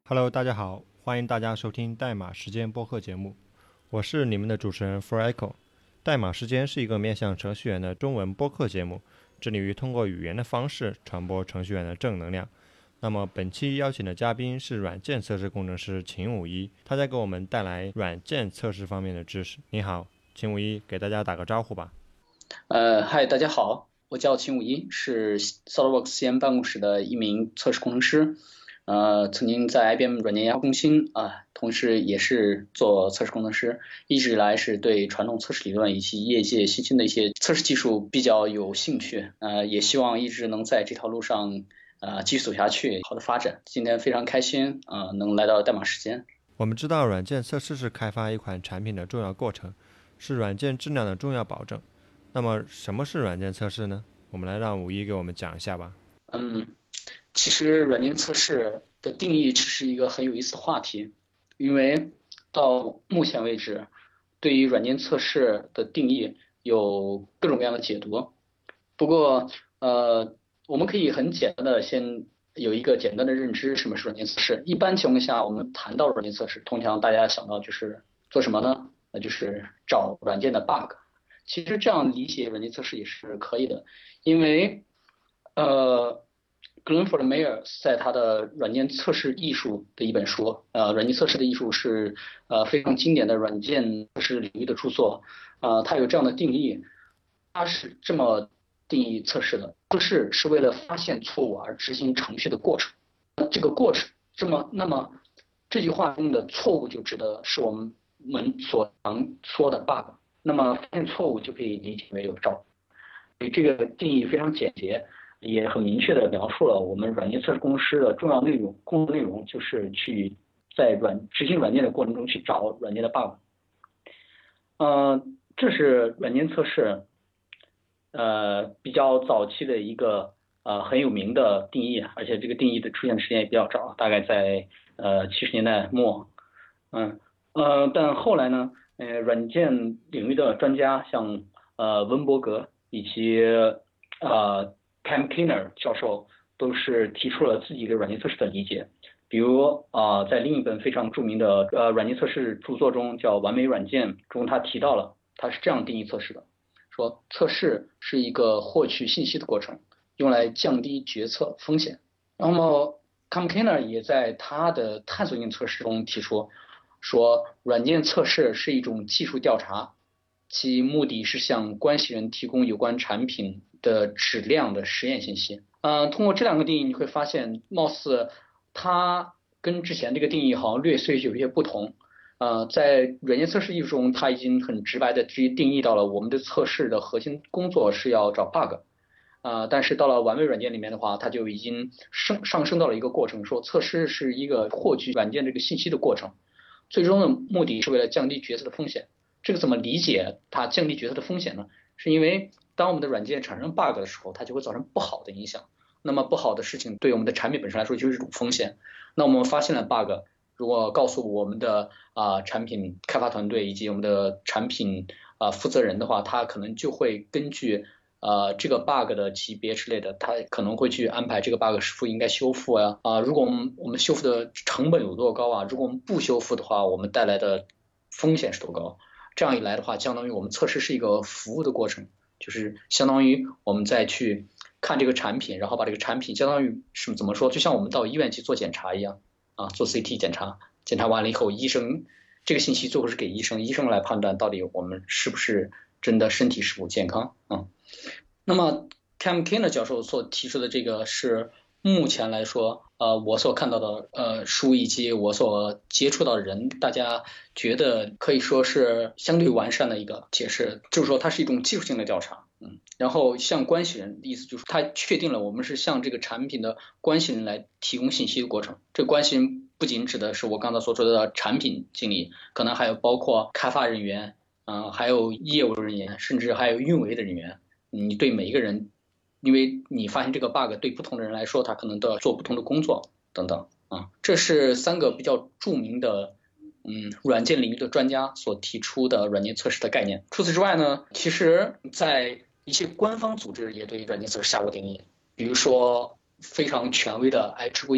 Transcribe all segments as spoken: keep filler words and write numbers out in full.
Hello，大家好，欢迎大家收听代码时间播客节目，我是你们的主持人 For Echo。代码时间是一个面向程序员的中文播客节目，致力于通过语言的方式传播程序员的正能量。那么本期邀请的嘉宾是软件测试工程师秦武一，他在给我们带来软件测试方面的知识。你好，秦武一，给大家打个招呼吧。 呃，嗨，大家好，我叫秦武一，是 SolidWorks 西安办公室的一名测试工程师。呃，曾经在 I B M 软件研发中心啊，同时也是做测试工程师，一直以来是对传统测试理论以及业界新兴的一些测试技术比较有兴趣，呃，也希望一直能在这条路上呃继续走下去，好的发展。今天非常开心啊、呃，能来到代码时间。 我们知道软件测试是开发一款产品的重要过程，是软件质量的重要保证。那么什么是软件测试呢？我们来让武一给我们讲一下吧。 嗯，其实软件测试的定义只是一个很有意思的话题，因为到目前为止，对于软件测试的定义有各种各样的解读。不过，呃，我们可以很简单的先有一个简单的认知，什么是软件测试。一般情况下，我们谈到软件测试，通常大家想到就是做什么呢？那就是找软件的 bug。其实这样理解软件测试也是可以的，因为呃 Glenford Myers 在他的软件测试艺术的一本书，呃，软件测试的艺术是呃非常经典的软件测试领域的著作，呃，他有这样的定义，他是这么定义测试的：测试是为了发现错误而执行程序的过程。这个过程，这么那么这句话中的错误就指的是我们们所常说的 bug。那么发现错误就可以理解为有招。所以这个定义非常简洁，也很明确的描述了我们软件测试工程师的重要内容。工作内容就是去在软执行软件的过程中去找软件的 bug。呃，这是软件测试呃比较早期的一个呃很有名的定义，而且这个定义的出现时间也比较早，大概在呃七十年代末。嗯呃，但后来呢？呃，软件领域的专家像呃温伯格以及呃 Cam Cleaner 教授都是提出了自己对软件测试的理解。比如啊、呃，在另一本非常著名的呃软件测试著作中叫《完美软件》中，他提到了他是这样定义测试的：说测试是一个获取信息的过程，用来降低决策风险。那么 Cam Cleaner 也在他的探索性测试中提出。说软件测试是一种技术调查，其目的是向关系人提供有关产品的质量的实验信息。呃，通过这两个定义，你会发现，貌似它跟之前这个定义好像略虽有一些不同。呃，在软件测试艺术中，它已经很直白的直接定义到了我们的测试的核心工作是要找 bug。呃，但是到了完美软件里面的话，它就已经升上升到了一个过程，说测试是一个获取软件这个信息的过程。最终的目的是为了降低决策的风险。这个怎么理解它降低决策的风险呢？是因为当我们的软件产生 bug 的时候，它就会造成不好的影响。那么不好的事情对我们的产品本身来说就是一种风险。那我们发现了 bug， 如果告诉我们的啊、呃、产品开发团队以及我们的产品啊、呃、负责人的话，他可能就会根据呃，这个 bug 的级别之类的，他可能会去安排这个 bug 是否应该修复呀？啊，如果我们我们修复的成本有多高啊？如果我们不修复的话，我们带来的风险是多高？这样一来的话，相当于我们测试是一个服务的过程，就是相当于我们再去看这个产品，然后把这个产品相当于是怎么说？就像我们到医院去做检查一样啊，做 C T 检查，检查完了以后，医生这个信息最后是给医生，医生来判断到底我们是不是真的身体是否健康啊。那么 Cam Cleaner 教授所提出的这个是目前来说，呃，我所看到的呃书以及我所接触到的人，大家觉得可以说是相对完善的一个解释，就是说它是一种技术性的调查，嗯，然后向关系人，意思就是它确定了我们是向这个产品的关系人来提供信息的过程。这个关系人不仅指的是我刚才所说的产品经理，可能还有包括开发人员，啊、呃，还有业务人员，甚至还有运维的人员。你对每一个人，因为你发现这个 bug 对不同的人来说，他可能都要做不同的工作等等啊。这是三个比较著名的嗯软件领域的专家所提出的软件测试的概念。除此之外呢，其实在一些官方组织也对软件测试下过定义，比如说非常权威的 I E E E，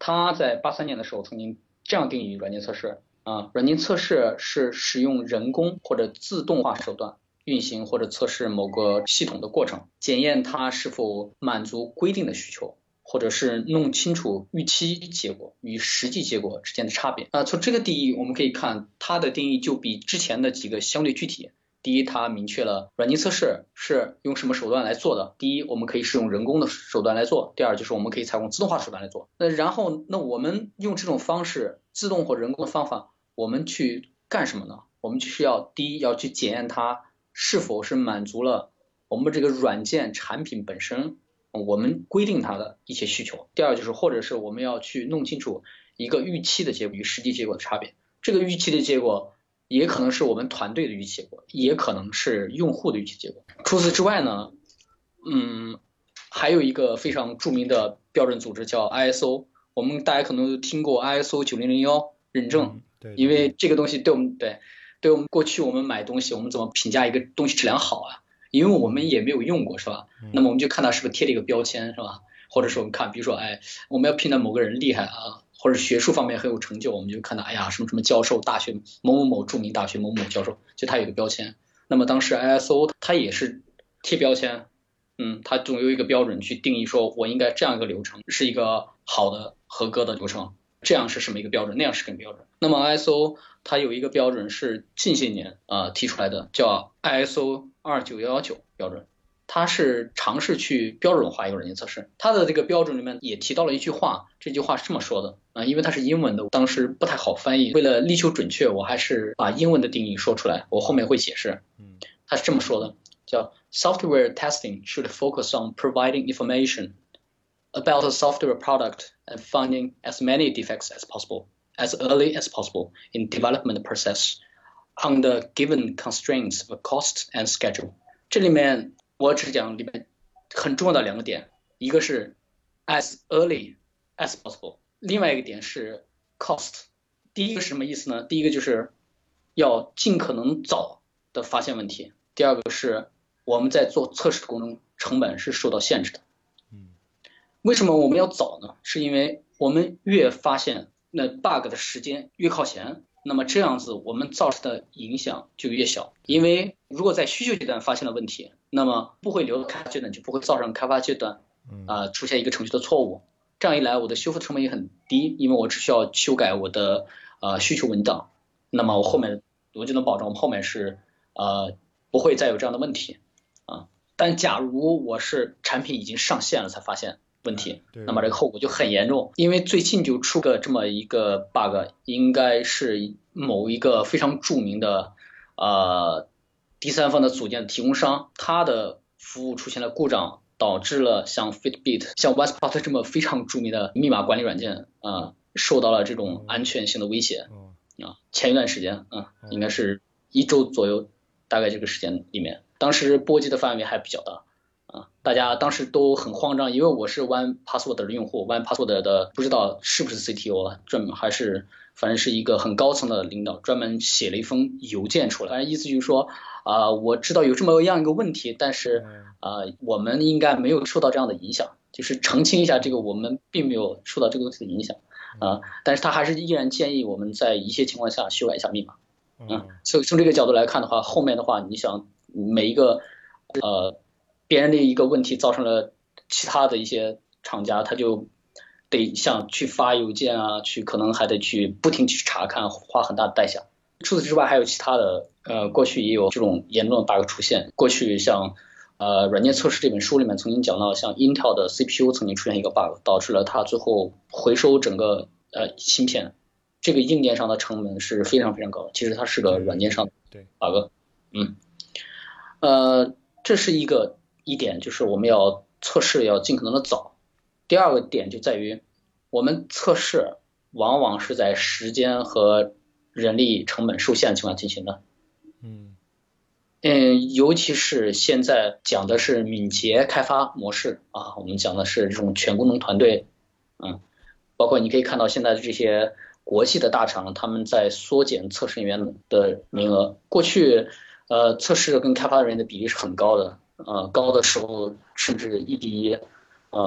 他在八三年的时候曾经这样定义软件测试啊，软件测试是使用人工或者自动化手段运行或者测试某个系统的过程，检验它是否满足规定的需求，或者是弄清楚预期结果与实际结果之间的差别。啊，从这个定义我们可以看，它的定义就比之前的几个相对具体。第一，它明确了软件测试是用什么手段来做的。第一，我们可以使用人工的手段来做；第二，就是我们可以采用自动化手段来做。那然后，那我们用这种方式，自动或人工的方法，我们去干什么呢？我们就是要第一要去检验它是否是满足了我们这个软件产品本身我们规定它的一些需求。第二，就是或者是我们要去弄清楚一个预期的结果与实际结果的差别。这个预期的结果也可能是我们团队的预期结果，也可能是用户的预期结果。除此之外呢，嗯，还有一个非常著名的标准组织叫 I S O， 我们大家可能都听过 I S O 九零零一认证， 嗯、对对对， 因为这个东西对我们对对我们过去我们买东西，我们怎么评价一个东西质量好啊？因为我们也没有用过，是吧？ 嗯、 那么我们就看它是不是贴了一个标签，是吧？或者说我们看，比如说，哎，我们要评价某个人厉害啊，或者学术方面很有成就，我们就看到，哎呀，什么什么教授，大学某某某著名大学某某教授，就他有个标签。那么当时 I S O 它也是贴标签，嗯，它总有一个标准去定义，说我应该这样一个流程是一个好的合格的流程，这样是什么一个标准，那样是个标准。那么 I S O 它有一个标准是近些年啊、呃、提出来的，叫 I S O 二九一一九标准。它是尝试去标准化一个软件测试，它的这个标准里面也提到了一句话，这句话是这么说的啊，因为它是英文的，当时不太好翻译，为了力求准确，我还是把英文的定义说出来，我后面会解释。它是这么说的，叫 Software testing should focus on providing information about a software product and finding as many defects as possible, as early as possible in development process under given constraints of cost and schedule。这里面我只讲里面很重要的两个点，一个是 as early as possible， 另外一个点是 cost。 第一个是什么意思呢？第一个就是要尽可能早的发现问题，第二个是我们在做测试的过程中成本是受到限制的。为什么我们要早呢？是因为我们越发现那 bug 的时间越靠前，那么这样子我们造成的影响就越小。因为如果在需求阶段发现了问题，那么不会留到开发阶段，就不会造成开发阶段啊、呃、出现一个程序的错误。这样一来，我的修复成本也很低，因为我只需要修改我的呃需求文档，那么我后面我就能保证我后面是呃不会再有这样的问题啊。但假如我是产品已经上线了才发现问题，那么这个后果就很严重。因为最近就出个这么一个 bug， 应该是某一个非常著名的呃第三方的组件提供商，它的服务出现了故障，导致了像 Fitbit 像 OneSpot 这么非常著名的密码管理软件啊、呃、受到了这种安全性的威胁啊。前一段时间啊，应该是一周左右，大概这个时间里面，当时波及的范围还比较大啊，大家当时都很慌张，因为我是 OnePassword 的用户， OnePassword 的不知道是不是 C T O 啊，专门还是反正是一个很高层的领导，专门写了一封邮件出来，反正意思就是说啊、呃，我知道有这么样一个问题，但是啊、呃，我们应该没有受到这样的影响，就是澄清一下这个我们并没有受到这个东西的影响啊、呃，但是他还是依然建议我们在一些情况下修改一下密码。嗯，所以从这个角度来看的话，后面的话，你想每一个呃别人的一个问题造成了其他的一些厂家，他就得像去发邮件啊，去可能还得去不停去查看，花很大的代价。除此之外，还有其他的呃，过去也有这种严重的 bug 出现。过去像呃软件测试这本书里面曾经讲到，像 Intel 的 C P U 曾经出现一个 bug， 导致了它最后回收整个呃芯片。这个硬件上的成本是非常非常高的，其实它是个软件上的 bug。嗯，呃，这是一个一点，就是我们要测试要尽可能的早。第二个点就在于，我们测试往往是在时间和人力成本受限的情况进行的。嗯嗯，尤其是现在讲的是敏捷开发模式啊，我们讲的是这种全功能团队。嗯，包括你可以看到现在的这些国际的大厂，他们在缩减测试人员的名额。过去呃测试跟开发人员的比例是很高的，呃高的时候甚至一比一，呃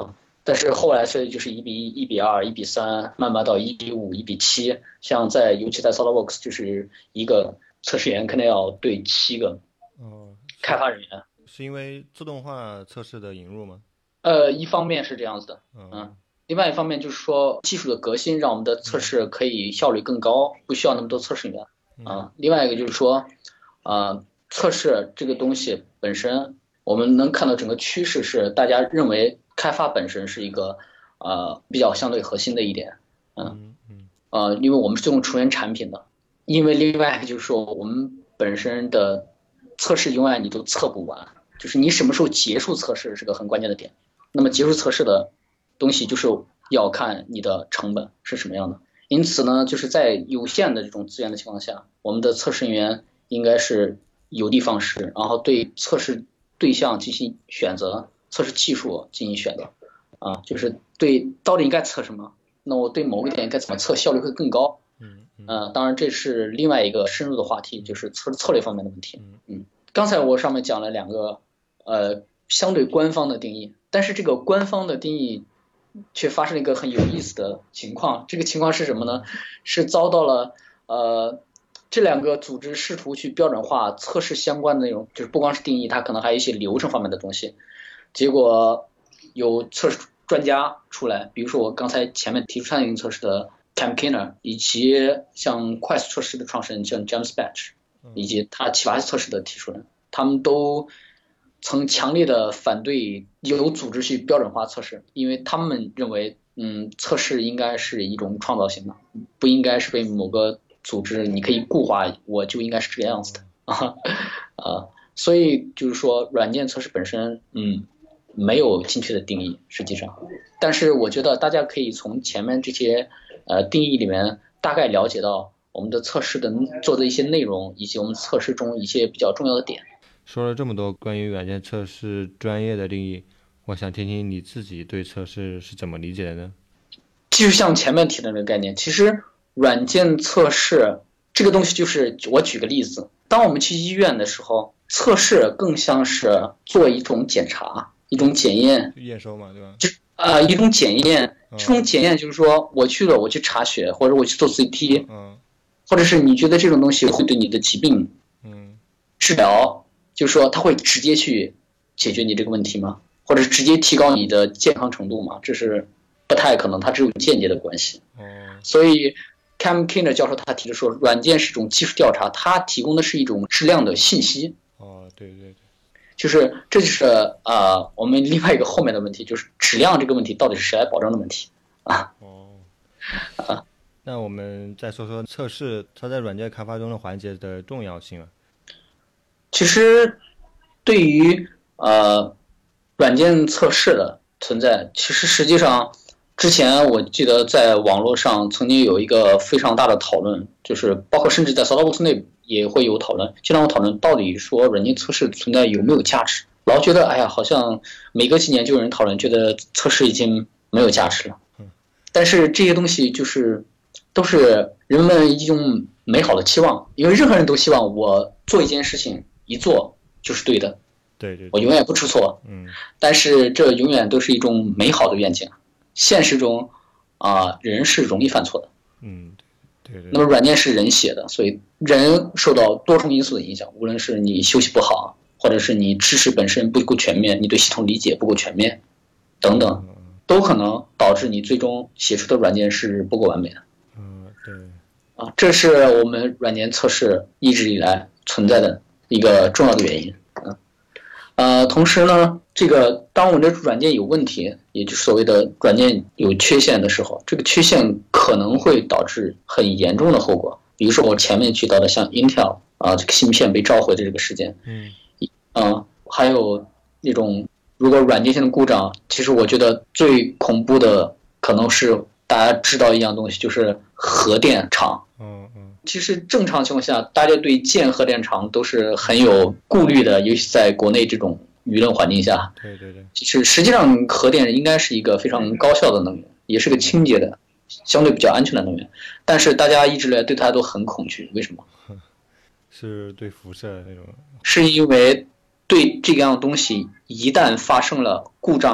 但是后来设计就是一比一、一比二、一比三，慢慢到一比五、一比七。像在尤其在 SolidWorks，就是一个测试员可能要对七个开发人员。 哦、是, 是因为自动化测试的引入吗？ 呃，一方面是这样子的，嗯，另外一方面就是说技术的革新让我们的测试可以效率更高，不需要那么多测试员啊。另外一个就是说，啊，测试这个东西本身，我们能看到整个趋势是大家认为开发本身是一个呃比较相对核心的一点，嗯嗯，呃，因为我们是用纯元产品的，因为另外一个就是说我们本身的测试永远你都测不完，就是你什么时候结束测试是个很关键的点。那么结束测试的东西就是要看你的成本是什么样的，因此呢，就是在有限的这种资源的情况下，我们的测试人员应该是有的放矢，然后对测试对象进行选择，测试技术进行选择，啊，就是对到底应该测什么，那我对某个点应该怎么测，效率会更高。嗯嗯、呃，当然这是另外一个深入的话题，就是策策略方面的问题。嗯，刚才我上面讲了两个呃相对官方的定义。但是这个官方的定义却发生了一个很有意思的情况，这个情况是什么呢？是遭到了呃这两个组织试图去标准化测试相关的内容，就是不光是定义，它可能还有一些流程方面的东西。结果有测试专家出来，比如说我刚才前面提出参与测试的 Cam Kiner， 以及像快速测试的创始人像 James Batch， 以及他启发测试的提出人，他们都曾强烈的反对有组织去标准化测试，因为他们认为，嗯，测试应该是一种创造性的，不应该是被某个组织你可以固化，我就应该是这个样子的啊啊，所以就是说，软件测试本身，嗯，没有精确的定义，实际上，但是我觉得大家可以从前面这些呃定义里面大概了解到我们的测试的做的一些内容，以及我们测试中一些比较重要的点。 说了这么多关于软件测试专业的定义，我想听听你自己对测试是怎么理解的呢？ 就像前面提的那个概念，其实软件测试这个东西就是，我举个例子，当我们去医院的时候，测试更像是做一种检查，一种检验， 验收嘛，对吧？ 就啊、呃，一种检验，这种检验就是说，我去了，我去查血，或者我去做 C T， 嗯，或者是你觉得这种东西会对你的疾病，嗯，治疗。就是说，它会直接去解决你这个问题吗？或者是直接提高你的健康程度吗？这是不太可能，它只有间接的关系。哦。所以 Cam Kiner 教授他提出说，软件是一种技术调查，它提供的是一种质量的信息。 哦，对对对。 就是这就是呃我们另外一个后面的问题，就是质量这个问题到底是谁来保证的问题啊？哦。 啊。那我们再说说测试它在软件开发中的环节的重要性啊。 其实，对于呃软件测试的存在，其实实际上之前我记得在网络上曾经有一个非常大的讨论，就是包括甚至在 SolidWorks 内也会有讨论，经常讨论到底说软件测试存在有没有价值。老觉得哎呀，好像每隔几年就有人讨论，觉得测试已经没有价值了。但是这些东西就是都是人们一种美好的期望，因为任何人都希望我做一件事情。一做就是对的， 对对， 我永远不出错。嗯，但是这永远都是一种美好的愿景，现实中啊、呃，人是容易犯错的。 嗯，对对。 那么软件是人写的，所以人受到多重因素的影响，无论是你休息不好，或者是你知识本身不够全面，你对系统理解不够全面，等等，都可能导致你最终写出的软件是不够完美的。 嗯，对。 啊，这是我们软件测试一直以来存在的一个重要的原因，啊，呃，同时呢，这个当我们的软件有问题，也就是所谓的软件有缺陷的时候，这个缺陷可能会导致很严重的后果。比如说我前面提到的像 Intel 啊，这个芯片被召回的这个事件，嗯，啊，还有那种如果软件性的故障，其实我觉得最恐怖的可能是大家知道一样东西，就是核电厂。嗯嗯。其实正常情况下，大家对建核电厂都是很有顾虑的，尤其在国内这种舆论环境下。 对对对。 其实实际上，核电应该是一个非常高效的能源，也是个清洁的、相对比较安全的能源。但是大家一直来对它都很恐惧，为什么？ 是对辐射那种。 是因为对这样东西一旦发生了故障，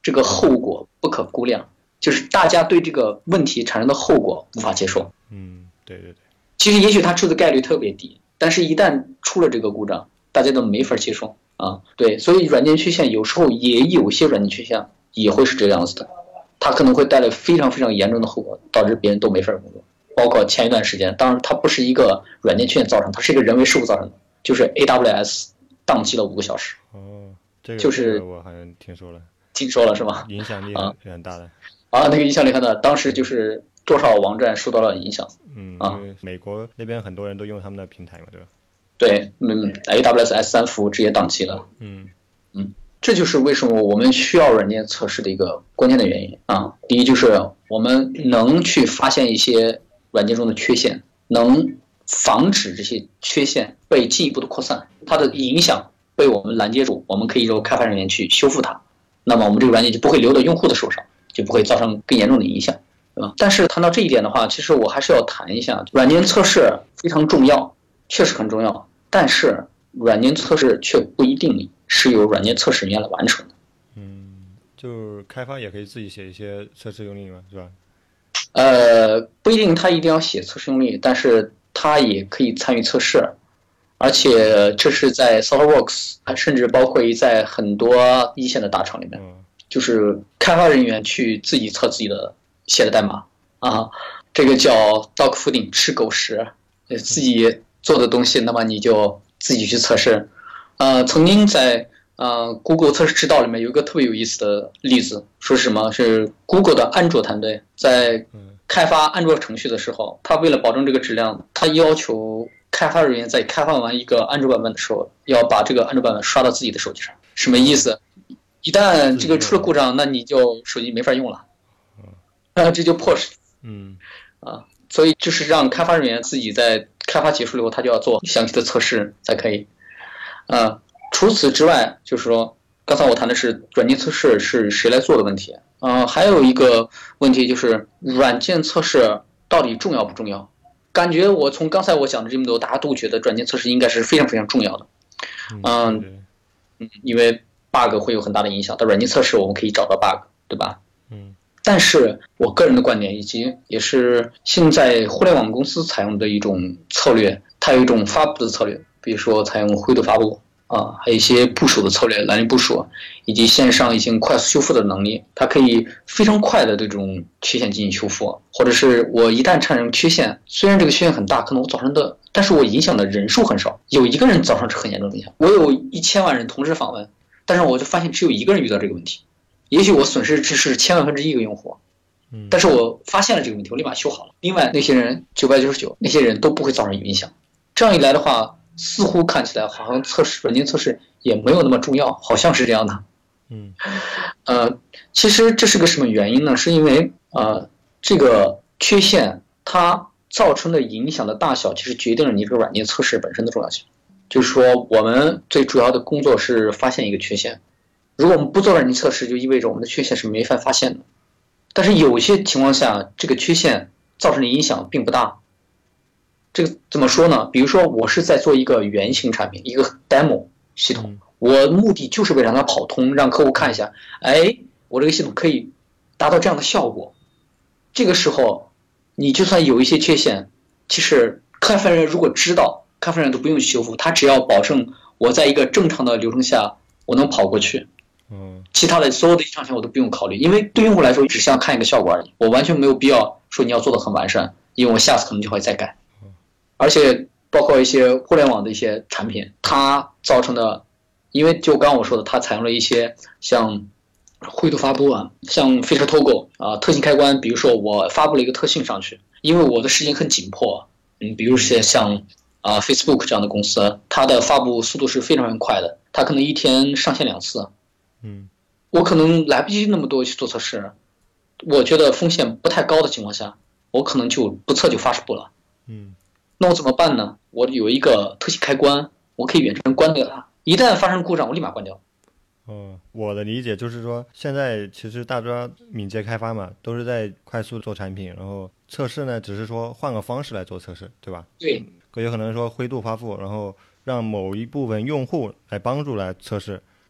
这个后果不可估量，就是大家对这个问题产生的后果无法接受。 嗯，对对对。 其实也许它出的概率特别低，但是一旦出了这个故障，大家都没法接受啊。对，所以软件缺陷有时候也有些软件缺陷也会是这样子的，它可能会带来非常非常严重的后果，导致别人都没法工作。包括前一段时间，当然它不是一个软件缺陷造成，它是一个人为事故造成的，就是 A W S 宕机了五个小时。 哦，这个就是我好像听说了， 听说了是吗？ 影响力很、啊、很大的。 啊，那个影响力很大，当时就是多少网站受到了影响。 嗯， 啊， 因为美国那边很多人都用他们的平台嘛，对吧？ 对，嗯 ，A W S S 三服务直接宕机了。 嗯嗯，这就是为什么我们需要软件测试的一个关键的原因啊。第一就是我们能去发现一些软件中的缺陷，能防止这些缺陷被进一步的扩散，它的影响被我们拦截住，我们可以由开发人员去修复它，那么我们这个软件就不会流到用户的手上，就不会造成更严重的影响，对吧？但是谈到这一点的话，其实我还是要谈一下，软件测试非常重要，确实很重要，但是软件测试却不一定是由软件测试人员来完成的。 嗯，就是开发也可以自己写一些测试用例嘛，是吧？ 呃，不一定他一定要写测试用例，但是他也可以参与测试，而且这是在 SolidWorks， 甚至包括在很多一线的大厂里面，就是开发人员去自己测自己的写的代码啊，这个叫 dog fooding， 吃狗食，自己做的东西，那么你就自己去测试。呃，曾经在呃 Google 测试之道里面有一个特别有意思的例子，说是什么？是 Google 的安卓团队在开发安卓程序的时候，他为了保证这个质量，他要求开发人员在开发完一个安卓版本的时候，要把这个安卓版本刷到自己的手机上。什么意思？一旦这个出了故障，那你就手机没法用了，啊，这就迫使， 嗯， 啊，所以就是让开发人员自己在开发结束以后，他就要做详细的测试才可以。呃，除此之外，就是说，刚才我谈的是软件测试是谁来做的问题，呃，还有一个问题就是软件测试到底重要不重要？感觉我从刚才我讲的这么多，大家都觉得软件测试应该是非常非常重要的，嗯嗯，因为 bug 会有很大的影响，但软件测试我们可以找到 bug， 对吧？ 嗯。 但是我个人的观点，以及也是现在互联网公司采用的一种策略，它有一种发布的策略，比如说采用灰度发布啊，还有一些部署的策略，蓝领部署，以及线上已经快速修复的能力，它可以非常快的对这种缺陷进行修复，或者是我一旦产生缺陷，虽然这个缺陷很大，可能我造成的，但是我影响的人数很少，有一个人造成是很严重的影响，我有一千万人同时访问，但是我就发现只有一个人遇到这个问题。也许我损失只是千万分之一个用户，但是我发现了这个问题，我立马修好了。另外那些人九百九十九，那些人都不会造成影响。这样一来的话，似乎看起来好像测试软件测试也没有那么重要，好像是这样的。 嗯， 呃，其实这是个什么原因呢？是因为呃，这个缺陷它造成的影响的大小，其实决定了你这个软件测试本身的重要性。就是说，我们最主要的工作是发现一个缺陷。如果我们不做软件测试，就意味着我们的缺陷是没法发现的。但是有些情况下，这个缺陷造成的影响并不大。这个怎么说呢？比如说，我是在做一个原型产品，一个 demo 系统，我目的就是为了让它跑通，让客户看一下，哎，我这个系统可以达到这样的效果。这个时候，你就算有一些缺陷，其实开发人员如果知道，开发人员都不用修复，他只要保证我在一个正常的流程下，我能跑过去。 嗯， 其他的所有的异常情况我都不用考虑，因为对用户来说只想看一个效果而已，我完全没有必要说你要做的很完善，因为我下次可能就会再改。而且包括一些互联网的一些产品，它造成的，因为就刚刚我说的，它采用了一些像灰度发布啊，像 feature toggle 啊，特性开关，比如说我发布了一个特性上去，因为我的时间很紧迫，嗯，比如说像啊 Facebook 这样的公司，它的发布速度是非常非常快的，它可能一天上线两次。 嗯， 我可能来不及那么多去做测试，我觉得风险不太高的情况下，我可能就不测就发布了。 嗯， 那我怎么办呢？我有一个特性开关，我可以远程关掉它，一旦发生故障，我立马关掉。 哦，我的理解就是说，现在其实大家敏捷开发嘛，都是在快速做产品，然后测试呢，只是说换个方式来做测试，对吧？ 对， 有可能说灰度发布，然后让某一部分用户来帮助来测试。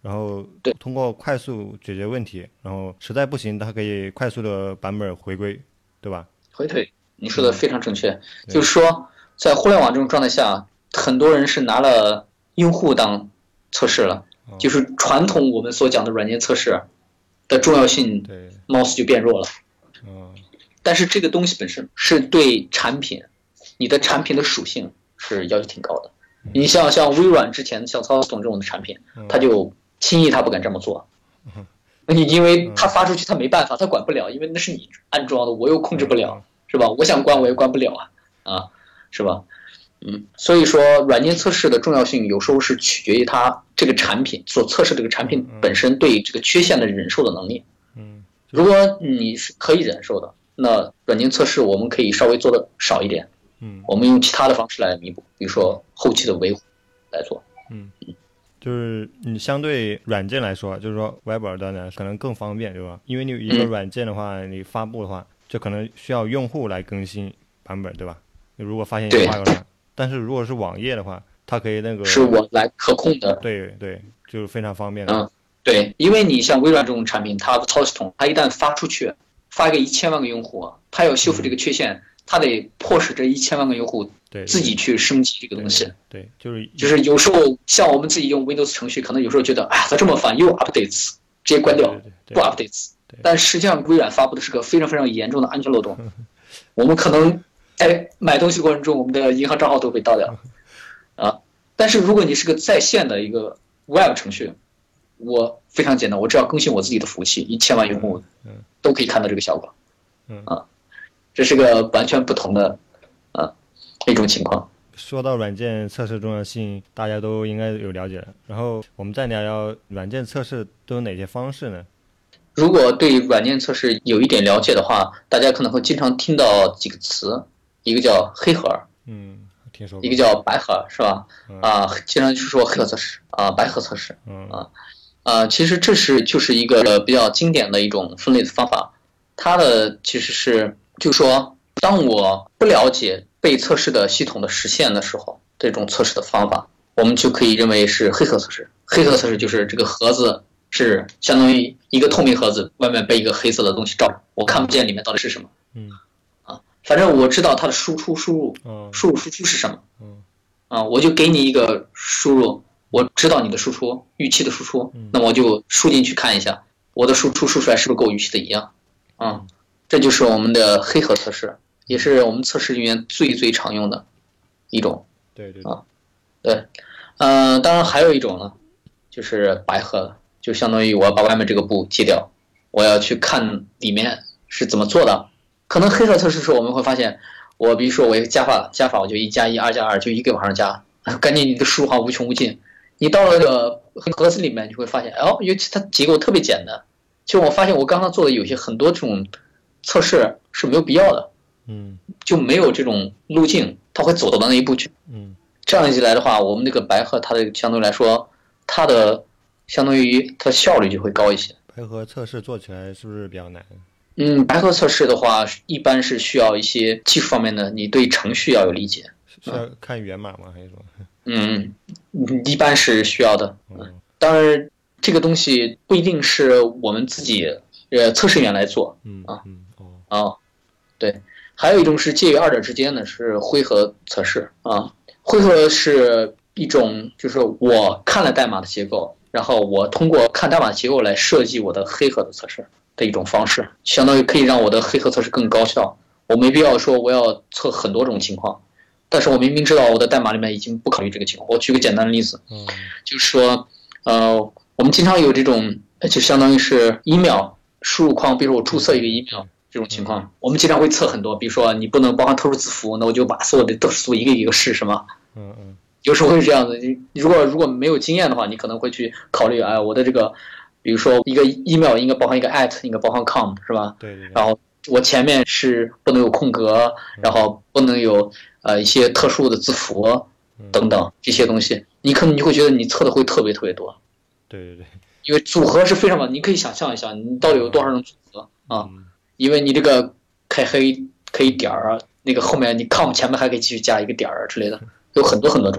然后对通过快速解决问题，然后实在不行，它可以快速的版本回归，对吧？ 回退，你说的非常正确。 嗯、 就是说，在互联网这种状态下，很多人是拿了用户当测试了， 哦、 就是传统我们所讲的软件测试的重要性， 对， 貌似就变弱了。 哦、 但是这个东西本身是对产品，你的产品的属性是要求挺高的。嗯、你像像微软之前像操纵这种的产品， 嗯、 他就轻易他不敢这么做。 嗯你因为他发出去他没办法，他管不了，因为那是你安装的，我又控制不了，是吧？我想关我也关不了啊，啊，是吧？嗯，所以说软件测试的重要性有时候是取决于它这个产品所测试这个产品本身对这个缺陷的忍受的能力。 嗯， 如果你是可以忍受的，那软件测试我们可以稍微做的少一点， 嗯， 我们用其他的方式来弥补，比如说后期的维护来做。 嗯。就是你相对软件来说，就是说 Web 端呢可能更方便，对吧？因为你一个软件的话，嗯、你发布的话，就可能需要用户来更新版本，对吧？如果发现有 bug 了，但是如果是网页的话，它可以那个是我来可控的， 对对，就是非常方便的。 嗯，对，因为你像微软这种产品，它的操作系统，它一旦发出去，发给一千万个用户，它要修复这个缺陷，嗯、它得迫使这一千万个用户自己去升级这个东西。 对，对对就是就是有时候像我们自己用 Windows 程序，可能有时候觉得，哎呀，它这么烦，又 updates， 直接关掉， 对对对对不 updates。但实际上，微软发布的是个非常非常严重的安全漏洞，我们可能在买东西过程中，我们的银行账号都被盗掉啊。但是如果你是个在线的一个 Web 程序，我非常简单，我只要更新我自己的服务器，一千万用户都可以看到这个效果，啊，这是个完全不同的啊一种情况。 说到软件测试重要性，大家都应该有了解了。然后我们再聊聊软件测试都有哪些方式呢？ 如果对软件测试有一点了解的话，大家可能会经常听到几个词，一个叫黑盒， 嗯，听说过， 一个叫白盒，是吧？ 嗯、 啊，经常就是说黑盒测试啊，白盒测试， 嗯啊啊，其实这是就是一个比较经典的一种分类的方法。它的其实是就是说，当我不了解被测试的系统的实现的时候，这种测试的方法，我们就可以认为是黑盒测试。黑盒测试就是这个盒子是相当于一个透明盒子，外面被一个黑色的东西罩着，我看不见里面到底是什么。 嗯， 啊，反正我知道它的输出、输入、输入、输出是什么。 嗯， 啊，我就给你一个输入，我知道你的输出预期的输出，那么我就输进去看一下，我的输出输出来是不是跟我预期的一样？啊，这就是我们的黑盒测试。也是我们测试里面最最常用的一种， 对对啊，对，嗯、呃，当然还有一种呢，就是白盒的，就相当于我要把外面这个布揭掉，我要去看里面是怎么做的。可能黑盒测试的时候我们会发现，我比如说我一个加法加法，我就一加一，二加二，就一个往上加，感觉你的输入好无穷无尽。你到了这个盒子里面，你会发现，哦，尤其它结构特别简单。就我发现我刚刚做的有些很多这种测试是没有必要的。 嗯， 就没有这种路径，它会走到那一步去。 嗯， 这样一来的话，我们这个白盒它的相对来说，它的相当于它的效率就会高一些。 白盒测试做起来是不是比较难？ 嗯，白盒测试的话，一般是需要一些技术方面的，你对程序要有理解。 是要看源码吗？还是说？ 嗯，一般是需要的。 嗯， 当然，这个东西不一定是我们自己呃测试员来做。 嗯啊， 嗯哦啊，对。还有一种是介于二者之间的，是灰盒测试啊。灰盒是一种，就是我看了代码的结构，然后我通过看代码的结构来设计我的黑盒的测试的一种方式，相当于可以让我的黑盒测试更高效。我没必要说我要测很多种情况，但是我明明知道我的代码里面已经不考虑这个情况。我举个简单的例子，就是说，呃，我们经常有这种，就相当于是 email 输入框，比如说我注册一个 email。这种情况，我们经常会测很多，比如说你不能包含特殊字符，那我就把所有的特殊字符一个一个试，是吗？ 嗯嗯。 有时候会是这样的，你如果如果没有经验的话，你可能会去考虑，哎，我的这个，比如说一个 email 应该包含一个 at， 应该包含 com， 是吧？ 对对对。 然后我前面是不能有空格，然后不能有呃一些特殊的字符等等这些东西，你可能你会觉得你测的会特别特别多。 对对对。 因为组合是非常的，你可以想象一下，你到底有多少种组合啊？ 嗯， 因为你这个开黑可以点儿啊，那个后面你 com 前面还可以继续加一个点儿之类的，有很多很多种。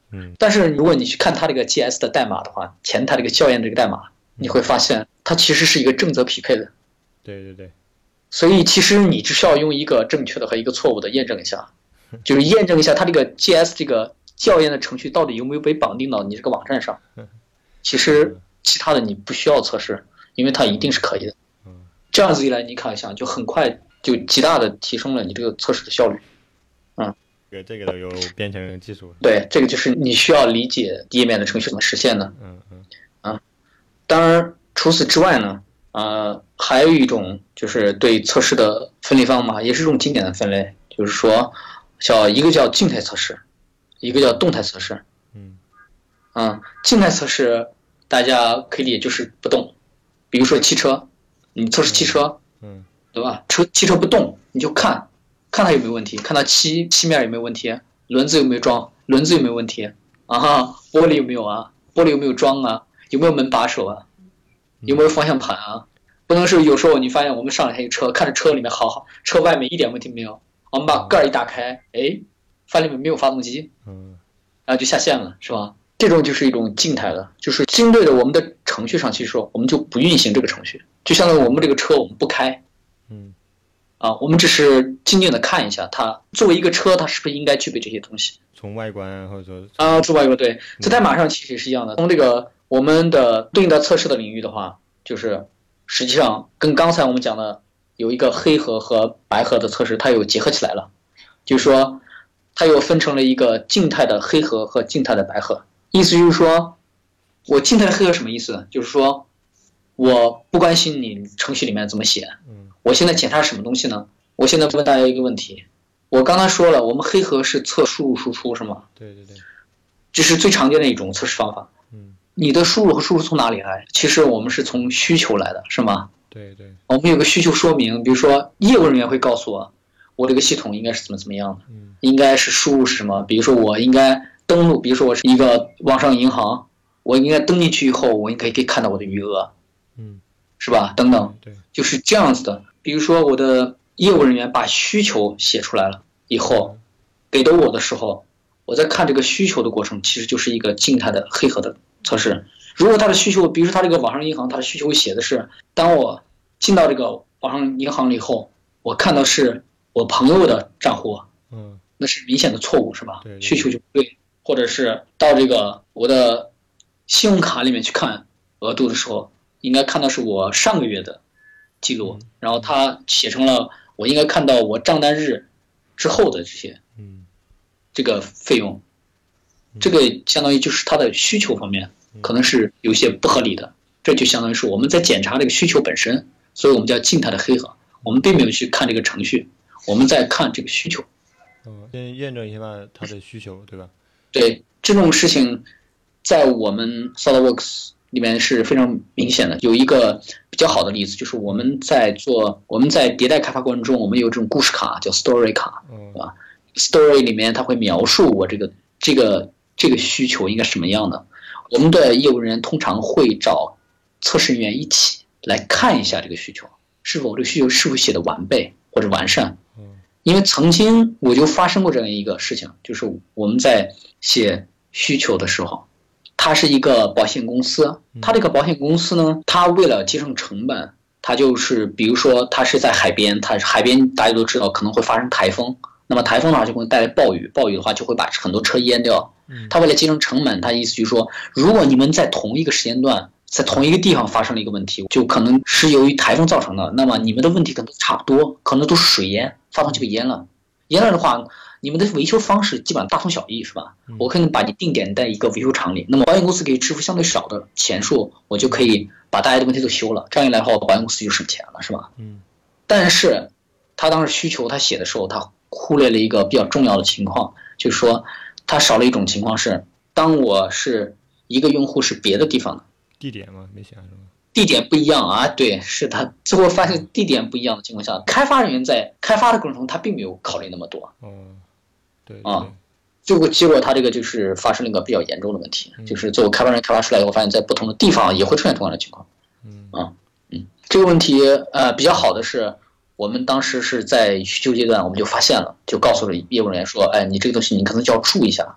嗯， 但是如果你去看它这个 G S 的代码的话，前台这个校验这个代码，你会发现它其实是一个正则匹配的。 对对对。 所以其实你只需要用一个正确的和一个错误的验证一下，就是验证一下它这个 G S 这个校验的程序到底有没有被绑定到你这个网站上。其实其他的你不需要测试，因为它一定是可以的。这样子一来，你看一下，就很快就极大的提升了你这个测试的效率。嗯， 这个这个都有编程技术。 对，这个就是你需要理解页面的程序怎么实现的。 嗯嗯。 啊，当然除此之外呢，呃，还有一种就是对测试的分类方法，也是一种经典的分类，就是说，叫一个叫静态测试，一个叫动态测试。 嗯。 嗯，静态测试大家可以理解就是不动，比如说汽车，你测试汽车， 嗯， 对吧？车汽车不动，你就看，看它有没有问题，看它漆漆面有没有问题，轮子有没有装，轮子有没有问题啊哈，玻璃有没有啊，玻璃有没有装啊，有没有门把手啊，有没有方向盘啊？不能是有时候你发现我们上了台车，看着车里面好好，车外面一点问题没有，我们把盖一打开，哎，发现里面没有发动机， 嗯， 然后就下线了，是吧？这种就是一种静态的，就是针对的我们的程序上，其实我们就不运行这个程序，就相当于我们这个车我们不开， 嗯， 啊，我们只是静静的看一下它作为一个车，它是不是应该具备这些东西？ 从外观或者说啊，从外观对，在代码上其实也是一样的。从这个我们的对应的测试的领域的话，就是实际上跟刚才我们讲的有一个黑盒和白盒的测试，它有结合起来了，就是说它又分成了一个静态的黑盒和静态的白盒。意思就是说，我静态的黑盒什么意思？就是说我不关心你程序里面怎么写，我现在检查什么东西呢？我现在问大家一个问题，我刚才说了，我们黑盒是测输入输出是吗？ 对对对， 这是最常见的一种测试方法。 嗯， 你的输入和输出从哪里来？其实我们是从需求来的，是吗？ 对对， 我们有个需求说明，比如说业务人员会告诉我，我这个系统应该是怎么怎么样的， 嗯， 应该是输入是什么？比如说我应该登录，比如说我是一个网上银行，我应该登进去以后，我应该可以看到我的余额， 嗯， 是吧？等等， 对， 就是这样子的。比如说我的业务人员把需求写出来了以后，给到我的时候，我在看这个需求的过程，其实就是一个静态的黑盒的测试。如果他的需求，比如说他这个网上银行，他的需求写的是，当我进到这个网上银行了以后，我看到是我朋友的账户， 嗯， 那是明显的错误，是吧？ 对对对， 需求就不对。或者是到这个我的信用卡里面去看额度的时候，应该看到是我上个月的记录，然后他写成了我应该看到我账单日之后的这些， 嗯， 这个费用，这个相当于就是它的需求方面可能是有些不合理的，这就相当于是我们在检查这个需求本身，所以我们叫静态的黑盒，我们并没有去看这个程序，我们在看这个需求。 哦，先验证一下它的需求，对吧？ 对，这种事情在我们 SolidWorks 里面是非常明显的。有一个比较好的例子，就是我们在做我们在迭代开发过程中，我们有这种故事卡叫 Story 卡，对吧 ？Story 里面它会描述我这个这个这个需求应该是什么样的。我们的业务人员通常会找测试人员一起来看一下这个需求是否这个需求是否写的完备或者完善。因为曾经我就发生过这样一个事情，就是我们在写需求的时候，它是一个保险公司，它这个保险公司呢，它为了节省成本，它就是比如说它是在海边，它海边大家都知道可能会发生台风，那么台风的话就会带来暴雨，暴雨的话就会把很多车淹掉。它为了节省成本，它意思就是说，如果你们在同一个时间段，在同一个地方发生了一个问题，就可能是由于台风造成的，那么你们的问题可能都差不多，可能都是水淹，发动机被淹了。淹了的话，你们的维修方式基本上大同小异，是吧？我可以把你定点在一个维修厂里，那么保险公司可以支付相对少的钱数，我就可以把大家的问题都修了。这样一来的话，保险公司就省钱了，是吧？嗯。但是他当时需求他写的时候，他忽略了一个比较重要的情况，就是说他少了一种情况是，当我是一个用户是别的地方的。 地点吗？没想是吗？ 地点不一样啊，对，是他最后发现地点不一样的情况下，开发人员在开发的过程中，他并没有考虑那么多。 哦，对啊，结果结果他这个就是发生了一个比较严重的问题，嗯、就是最后开发人员开发出来以后，发现在不同的地方也会出现同样的情况。嗯啊嗯，这个问题呃比较好的是，我们当时是在需求阶段，我们就发现了，就告诉了业务人员说，哎，你这个东西你可能就要注意一下。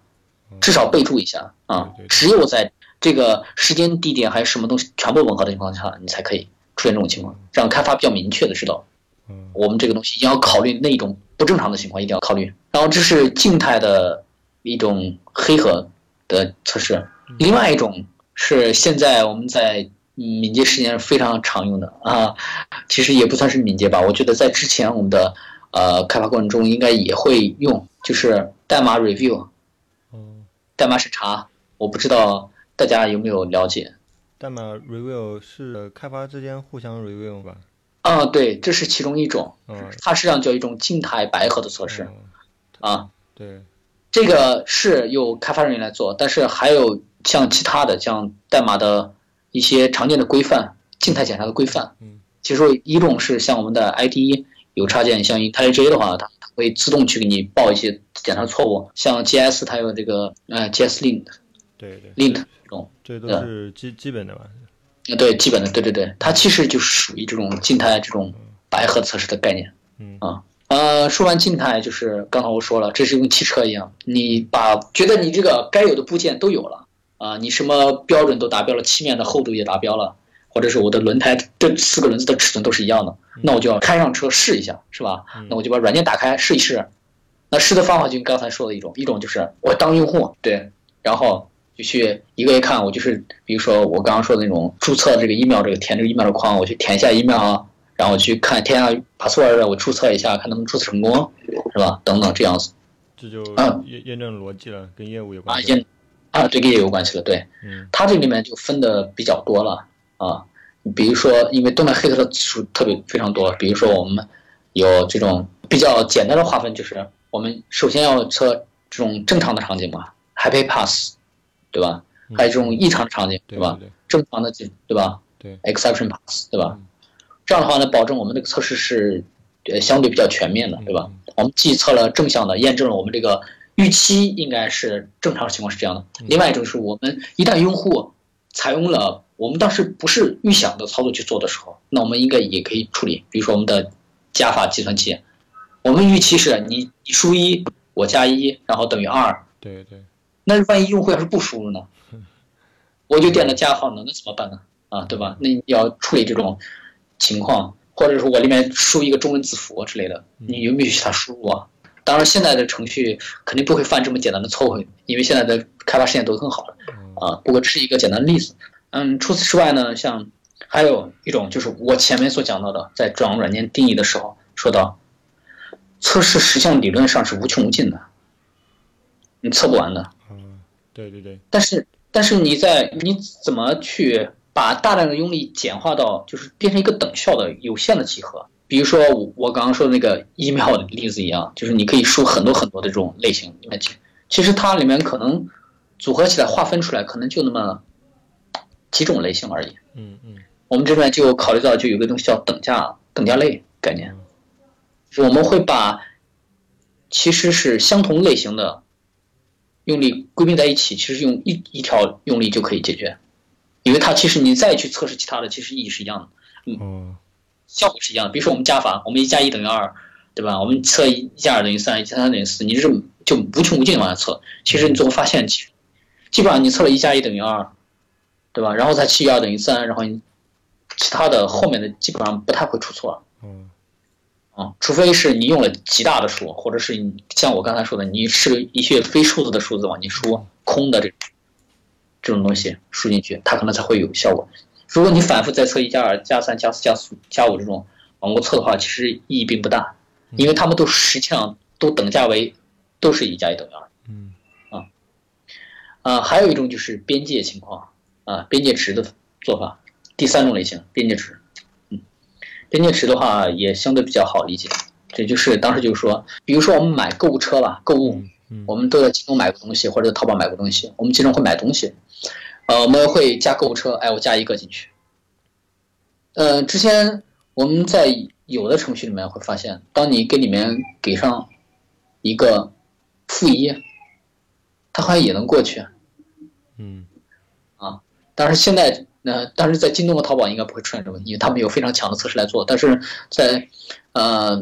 至少备注一下啊。只有在这个时间、地点还有什么东西全部吻合的情况下，你才可以出现这种情况，让开发比较明确的知道，我们这个东西一定要考虑那种不正常的情况，一定要考虑。然后这是静态的一种黑盒的测试，另外一种是现在我们在敏捷实践非常常用的啊，其实也不算是敏捷吧，我觉得在之前我们的呃开发过程中应该也会用，就是代码 review， 代码审查，我不知道大家有没有了解？ 代码 review 是开发之间互相 review 吧？ 啊，对，这是其中一种，它实际上叫一种静态白盒的测试，啊， 对， 这个是由开发人员来做，但是还有像其他的，像代码的一些常见的规范，静态检查的规范，嗯，其实一种是像我们的 I D E 有插件，像 IntelliJ 的话，它它会自动去给你报一些检查错误，像 G S 它有这个呃 G S lint， 对对 lint 这种， 这都是基基本的吧？ 对，基本的，对对对，它其实就是属于这种静态这种白盒测试的概念，嗯啊。呃，说完静态，就是刚才我说了，这是跟汽车一样，你把觉得你这个该有的部件都有了啊，你什么标准都达标了，漆面的厚度也达标了，或者是我的轮胎这四个轮子的尺寸都是一样的，那我就要开上车试一下，是吧？那我就把软件打开试一试。那试的方法就跟刚才说的一种，一种就是我当用户，对，然后就去一个一看，我就是比如说我刚刚说的那种注册这个 email 这个填这个 email 的框，我去填一下 email 啊。然后去看填下 password， 我注册一下，看能不能注册成功，是吧？等等这样子， 这就验验证逻辑了，跟业务有关系。 啊，验啊，对，跟业务有关系了，对。嗯，它这里面就分的比较多了啊。比如说，因为动态黑客的次数特别非常多，比如说我们有这种比较简单的划分，就是我们首先要测这种正常的场景嘛 ，happy pass， 对吧？还有这种异常的场景，对吧？正常的对吧？ 对 ，exception pass， 对吧？这样的话呢，保证我们这个测试是呃相对比较全面的，对吧？我们既测了正向的，验证了我们这个预期应该是正常情况是这样的。另外一种是我们一旦用户采用了我们当时不是预想的操作去做的时候，那我们应该也可以处理。比如说我们的加法计算器，我们预期是你你输一，我加一，然后等于二。 对对。 那万一用户要是不输入呢？我就点了加号呢，那怎么办呢？啊，对吧？那你要处理这种情况，或者是我里面输一个中文字符之类的，你允不允许它输入啊？当然，现在的程序肯定不会犯这么简单的错误，因为现在的开发实现都很好了啊。不过这是一个简单的例子。嗯，除此之外呢，像还有一种就是我前面所讲到的，在转软件定义的时候说到，测试实项理论上是无穷无尽的，你测不完的。 嗯，对对对。 但是但是你在你怎么去把大量的用力简化到就是变成一个等效的有限的集合，比如说我我刚刚说的那个 email 的例子一样，就是你可以输很多很多的这种类型里面去，其实它里面可能组合起来划分出来可能就那么几种类型而已。 嗯嗯。 我们这边就考虑到就有个东西叫等价等价类概念，就是我们会把其实是相同类型的用力归并在一起，其实用一一条用力就可以解决。因为它其实你再去测试其他的，其实意义是一样的，嗯，效果是一样的。比如说我们加法，我们一加一等于二，对吧？我们测一加二等于三，一加三等于四，你这就无穷无尽的往下测。其实你最后发现，其实基本上你测了一加一等于二，对吧？然后再七加二等于三，然后你其他的后面的基本上不太会出错。嗯，啊，除非是你用了极大的数，或者是你像我刚才说的，你是一些非数字的数字往进输，空的这种。这种东西输进去，它可能才会有效果。如果你反复再测一加二、加三、加四、加四、加五这种往过测的话，其实意义并不大，因为它们都实际上都等价为都是一加一等于二。嗯啊啊，还有一种就是边界情况啊，边界值的做法。第三种类型，边界值。嗯，边界值的话也相对比较好理解，这就是当时就是说，比如说我们买购物车吧，购物。我们都在京东买过东西，或者在淘宝买过东西。我们经常会买东西，呃，我们会加购物车，哎，我加一个进去。呃，之前我们在有的程序里面会发现，当你给里面给上一个负一，它好像也能过去。嗯。啊，但是现在，呃，但是在京东和淘宝应该不会出现这个问题，因为他们有非常强的测试来做。但是在呃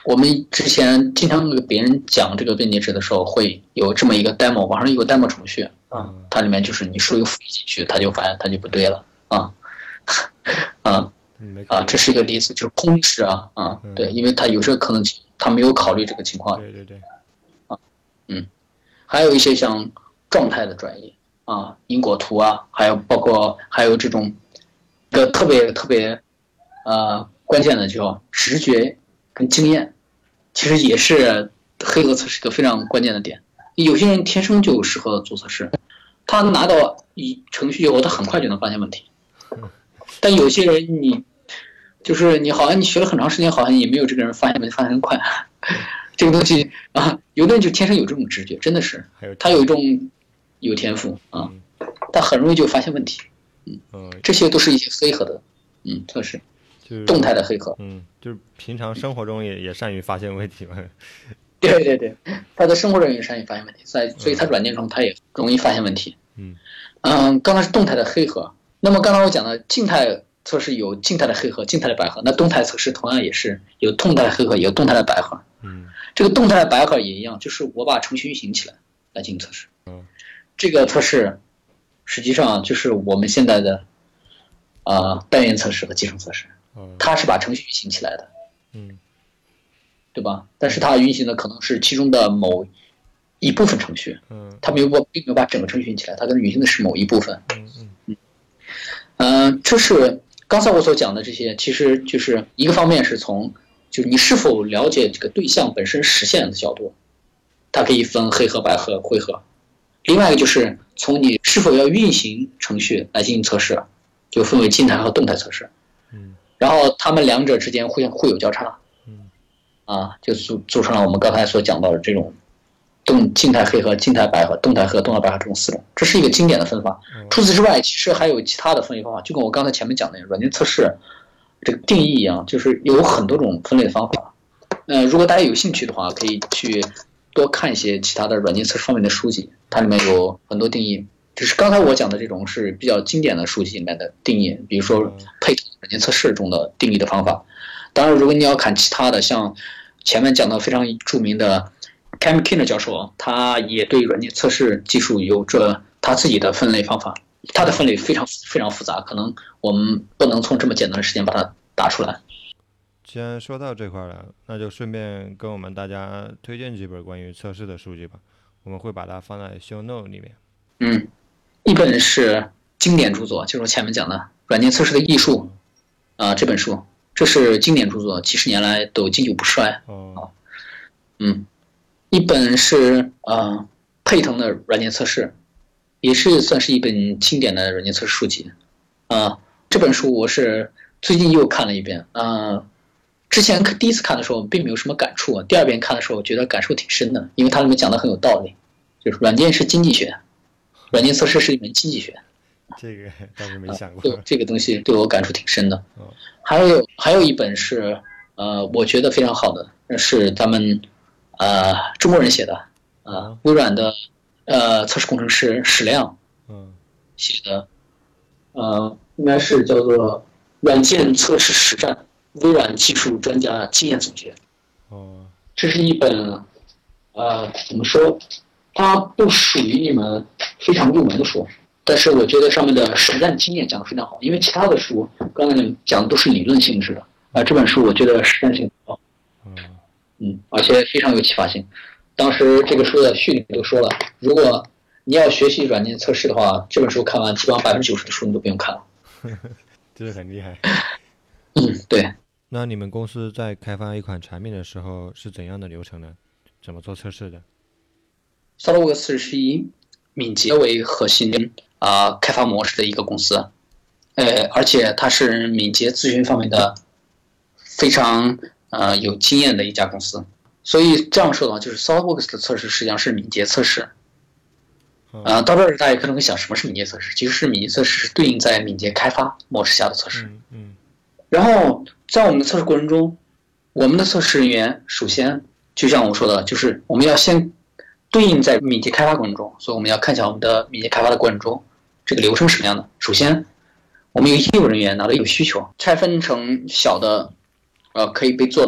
我们之前经常跟别人讲这个便捷值的时候，会有这么一个 demo， 网上有个 demo 程序啊，它里面就是你输一个符进去，它就发现它就不对了啊啊啊，这是一个例子，就是空值啊啊，对，因为它有这个可能性，它没有考虑这个情况。 对对对。 啊，嗯，还有一些像状态的转移啊，因果图啊，还有包括还有这种一个特别特别呃关键的叫直觉跟经验，其实也是黑盒测试一个非常关键的点。有些人天生就适合做测试，他拿到一程序以后，他很快就能发现问题。但有些人你就是你好像你学了很长时间，好像也没有这个人发现问题发现快。这个东西啊，有的人就天生有这种直觉，真的是，他有一种有天赋啊，他很容易就发现问题。嗯，这些都是一些黑盒的，嗯，测试。就是动态的黑盒， 嗯，就是平常生活中也也善于发现问题嘛。 对对对，他的生活中也善于发现问题，在所以他软件中他也容易发现问题。嗯嗯，刚才是动态的黑盒，那么刚才我讲的静态测试有静态的黑盒、静态的白盒，那动态测试同样也是有动态的黑盒，也有动态的白盒。嗯，这个动态的白盒也一样，就是我把程序运行起来来进行测试。嗯，这个测试实际上就是我们现在的啊、呃、单元测试和集成测试。它是把程序运行起来的，嗯，对吧？但是它运行的可能是其中的某一部分程序，嗯，它没有并没有把整个程序运行起来，它可能运行的是某一部分，嗯嗯嗯，呃，这是刚才我所讲的这些，其实就是一个方面是从就是你是否了解这个对象本身实现的角度，它可以分黑盒、白盒、灰盒；另外一个就是从你是否要运行程序来进行测试，就分为静态和动态测试。然后他们两者之间互相互有交叉，嗯，啊，就组组成了我们刚才所讲到的这种动静态黑盒、静态白盒、动态黑盒、动态白盒这种四种，这是一个经典的分法。除此之外，其实还有其他的分类方法，就跟我刚才前面讲的软件测试这个定义一样，就是有很多种分类的方法。呃，如果大家有兴趣的话，可以去多看一些其他的软件测试方面的书籍，它里面有很多定义。就是刚才我讲的这种是比较经典的书籍里面的定义，比如说配套软件测试中的定义的方法。当然，如果你要看其他的，像前面讲到非常著名的 Cam Keener 教授，他也对软件测试技术有着他自己的分类方法。他的分类非常非常复杂，可能我们不能从这么简单的时间把它打出来。 既然说到这块了，那就顺便跟我们大家推荐几本关于测试的书籍吧，我们会把它放在 show note 里面。 嗯。一本是经典著作，就是我前面讲的《软件测试的艺术》啊、呃，这本书这是经典著作，几十年来都经久不衰啊。嗯，一本是啊、呃、佩腾的软件测试，也是算是一本经典的软件测试书籍啊、呃。这本书我是最近又看了一遍啊、呃，之前第一次看的时候并没有什么感触，第二遍看的时候觉得感受挺深的，因为它里面讲的很有道理，就是软件是经济学。软件测试是一门经济学， 这个倒是没想过。 对、啊、这个东西对我感触挺深的。哦、还有还有一本是呃，我觉得非常好的，是咱们呃中国人写的啊、呃哦，微软的呃测试工程师史亮嗯写的，呃应该是叫做《软件测试实战：微软技术专家经验总结》。哦，这是一本呃怎么说？它不属于一门非常入门的书，但是我觉得上面的实战经验讲得非常好，因为其他的书刚才讲的都是理论性质的，啊，这本书我觉得实战性高，嗯，而且非常有启发性。当时这个书的序里都说了，如果你要学习软件测试的话，这本书看完，基本上百分之九十的书你都不用看了。 这是很厉害。 嗯，对。 那你们公司在开发一款产品的时候是怎样的流程呢？怎么做测试的 ？SolidWorks 是以敏捷为核心啊、呃、开发模式的一个公司，呃，而且它是敏捷咨询方面的非常呃有经验的一家公司。所以这样说的话，就是 SolidWorks 的测试实际上是敏捷测试。啊、呃，到这儿大家可能会想，什么是敏捷测试？其实是敏捷测试是对应在敏捷开发模式下的测试。嗯嗯。然后在我们的测试过程中，我们的测试人员首先就像我说的，就是我们要先对应在敏捷开发过程中，所以我们要看一下我们的敏捷开发的过程中这个流程是什么样的。首先，我们有业务人员拿到一个需求，拆分成小的，呃，可以被做的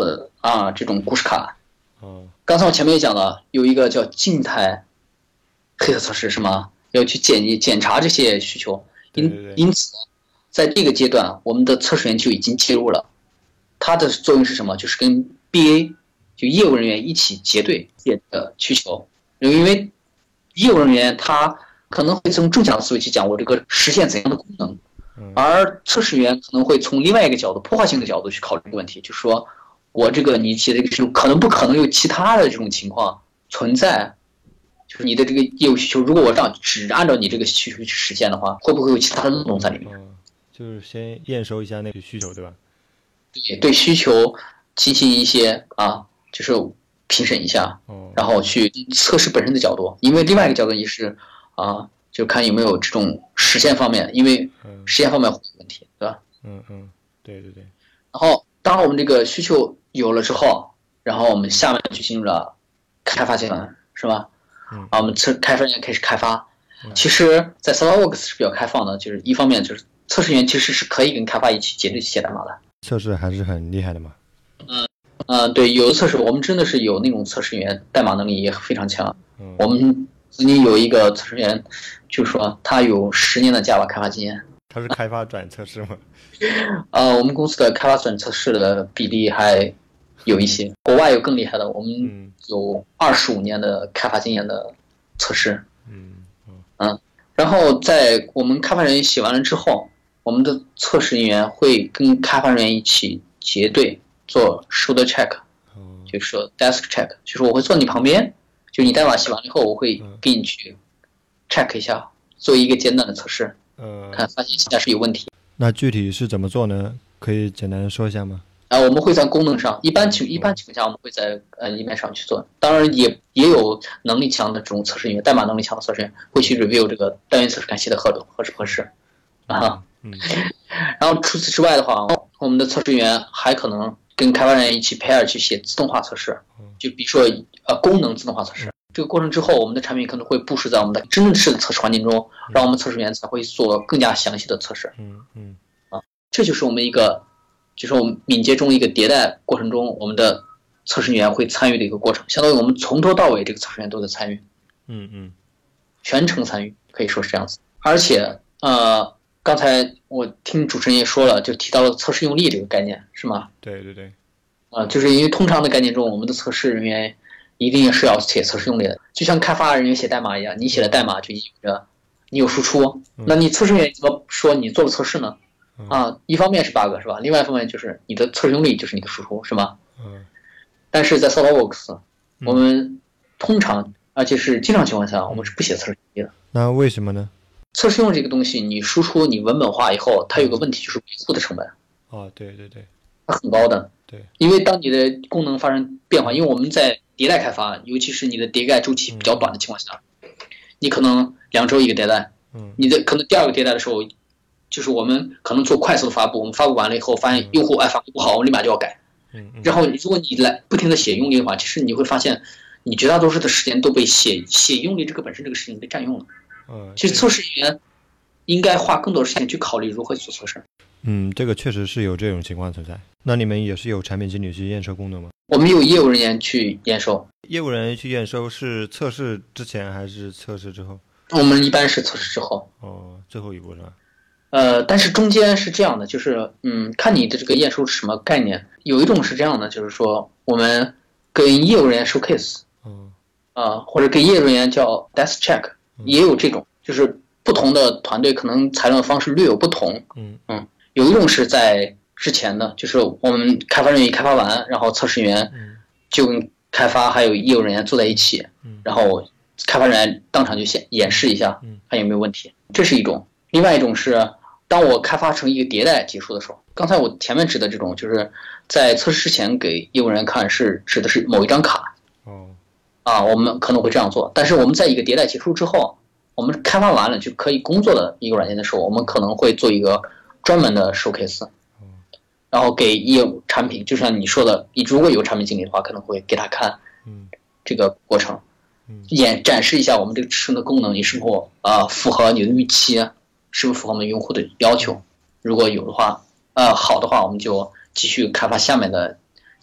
啊这种故事卡。 哦， 刚才我前面也讲了，有一个叫静态黑客测试是吗？要去检检查这些需求，因对对对因此，在这个阶段，我们的测试员就已经介入了。它的作用是什么？就是跟 B A 就业务人员一起结对的需求，因为业务人员他可能会从正向思维去讲我这个实现怎样的功能，而测试员可能会从另外一个角度，破坏性的角度去考虑这个问题，就是说我这个你提的这个需求可能不可能有其他的这种情况存在。就是你的这个业务需求，如果我这样只按照你这个需求去实现的话，会不会有其他的漏洞在里面？ 嗯，就是先验收一下那个需求，对吧？ 对，对需求进行一些啊，就是评审一下， 哦， 然后去测试本身的角度，因为另外一个角度也是啊，就看有没有这种实现方面，因为实现方面会有问题，对吧？ 嗯嗯，对对对。 然后当我们这个需求有了之后，然后我们下面就进入了开发阶段，是吧？ 嗯， 啊，我们测开发人员开始开发。其实，在 SolidWorks 是比较开放的，就是一方面就是测试员其实是可以跟开发一起结对写代码的。 测试还是很厉害的嘛。 嗯嗯、呃，对，有的测试我们真的是有那种测试员代码能力也非常强。 嗯， 我们曾经有一个测试员，就是说他有十年的 Java 开发经验。 他是开发转测试吗？ 呃，我们公司的开发转测试的比例还有一些，国外有更厉害的，我们有二十五年的开发经验的测试。 嗯嗯嗯，然后在我们开发人员写完了之后，我们的测试人员会跟开发人员一起结对做 shoulder check， 就是说 desk check， 就是我会坐你旁边，就你代码写完了以后，我会给你去 check 一下，做一个简单的测试， 呃， 看发现现在是有问题。 那具体是怎么做呢？可以简单说一下吗？ 啊，我们会在功能上，一般情一般情况下，我们会在呃页面上去做。当然也也有能力强的这种测试员，代码能力强的测试员会去 review 这个单元测试看写的合合适不合适啊。 嗯。 然后除此之外的话，我们的测试员还可能跟开发人员一起 pair 去写自动化测试，就比如说呃功能自动化测试。这个过程之后，我们的产品可能会部署在我们的真正式的测试环境中，让我们测试员才会做更加详细的测试。 嗯嗯。 啊，这就是我们一个。就是我们敏捷中一个迭代过程中，我们的测试员会参与的一个过程，相当于我们从头到尾这个测试员都在参与， 嗯嗯， 全程参与，可以说是这样子。而且呃，刚才我听主持人也说了，就提到了测试用例这个概念，是吗？ 对对对。 啊、呃，就是因为通常的概念中，我们的测试人员一定是要写测试用例的，就像开发人员写代码一样，你写的代码就意味着你有输出，那你测试员怎么说你做了测试呢？啊，一方面是 bug 是吧？另外一方面就是你的测试用例就是你的输出是吧？ 嗯。 但是在 SolidWorks，我们通常而且是经常情况下，我们是不写测试用例的。 那为什么呢？ 测试用这个东西，你输出你文本化以后，它有个问题就是维护的成本。 哦，对对对， 它很高的。 对。 因为当你的功能发生变化，因为我们在迭代开发，尤其是你的迭代周期比较短的情况下，嗯、你可能两周一个迭代， 嗯， 你的可能第二个迭代的时候。就是我们可能做快速的发布，我们发布完了以后，发现用户哎发布不好，我们立马就要改。 嗯。 然后如果你来不停的写用例的话，其实你会发现，你绝大多数的时间都被写写用例这个本身这个事情被占用了。 嗯。 其实测试人员应该花更多的时间去考虑如何做测试。 嗯，这个确实是有这种情况存在。那你们也是有产品经理去验收功能吗？ 我们有业务人员去验收。 业务人员去验收是测试之前还是测试之后？ 我们一般是测试之后。 哦，最后一步是吧？ 呃，但是中间是这样的，就是，嗯，看你的这个验收是什么概念。有一种是这样的，就是说我们跟业务人员收 case， 嗯， 啊、呃，或者给业务人员叫 desk check， 也有这种，就是不同的团队可能采用的方式略有不同。 嗯嗯，有一种是在之前的，就是我们开发人员开发完，然后测试员就跟开发还有业务人员坐在一起，然后开发人员当场就先演示一下，看有没有问题，这是一种。另外一种是。当我开发成一个迭代结束的时候，刚才我前面指的这种，就是在测试之前给业务人员看，是指的是某一张卡。 哦， 啊，我们可能会这样做。但是我们在一个迭代结束之后，我们开发完了就可以工作的一个软件的时候，我们可能会做一个专门的 showcase，然后给业务产品，就像你说的，你如果有产品经理的话，可能会给他看这个过程，演展示一下我们这个支撑的功能，你是否啊符合你的预期。是不是符合我们用户的要求？如果有的话，呃，好的话，我们就继续开发下面的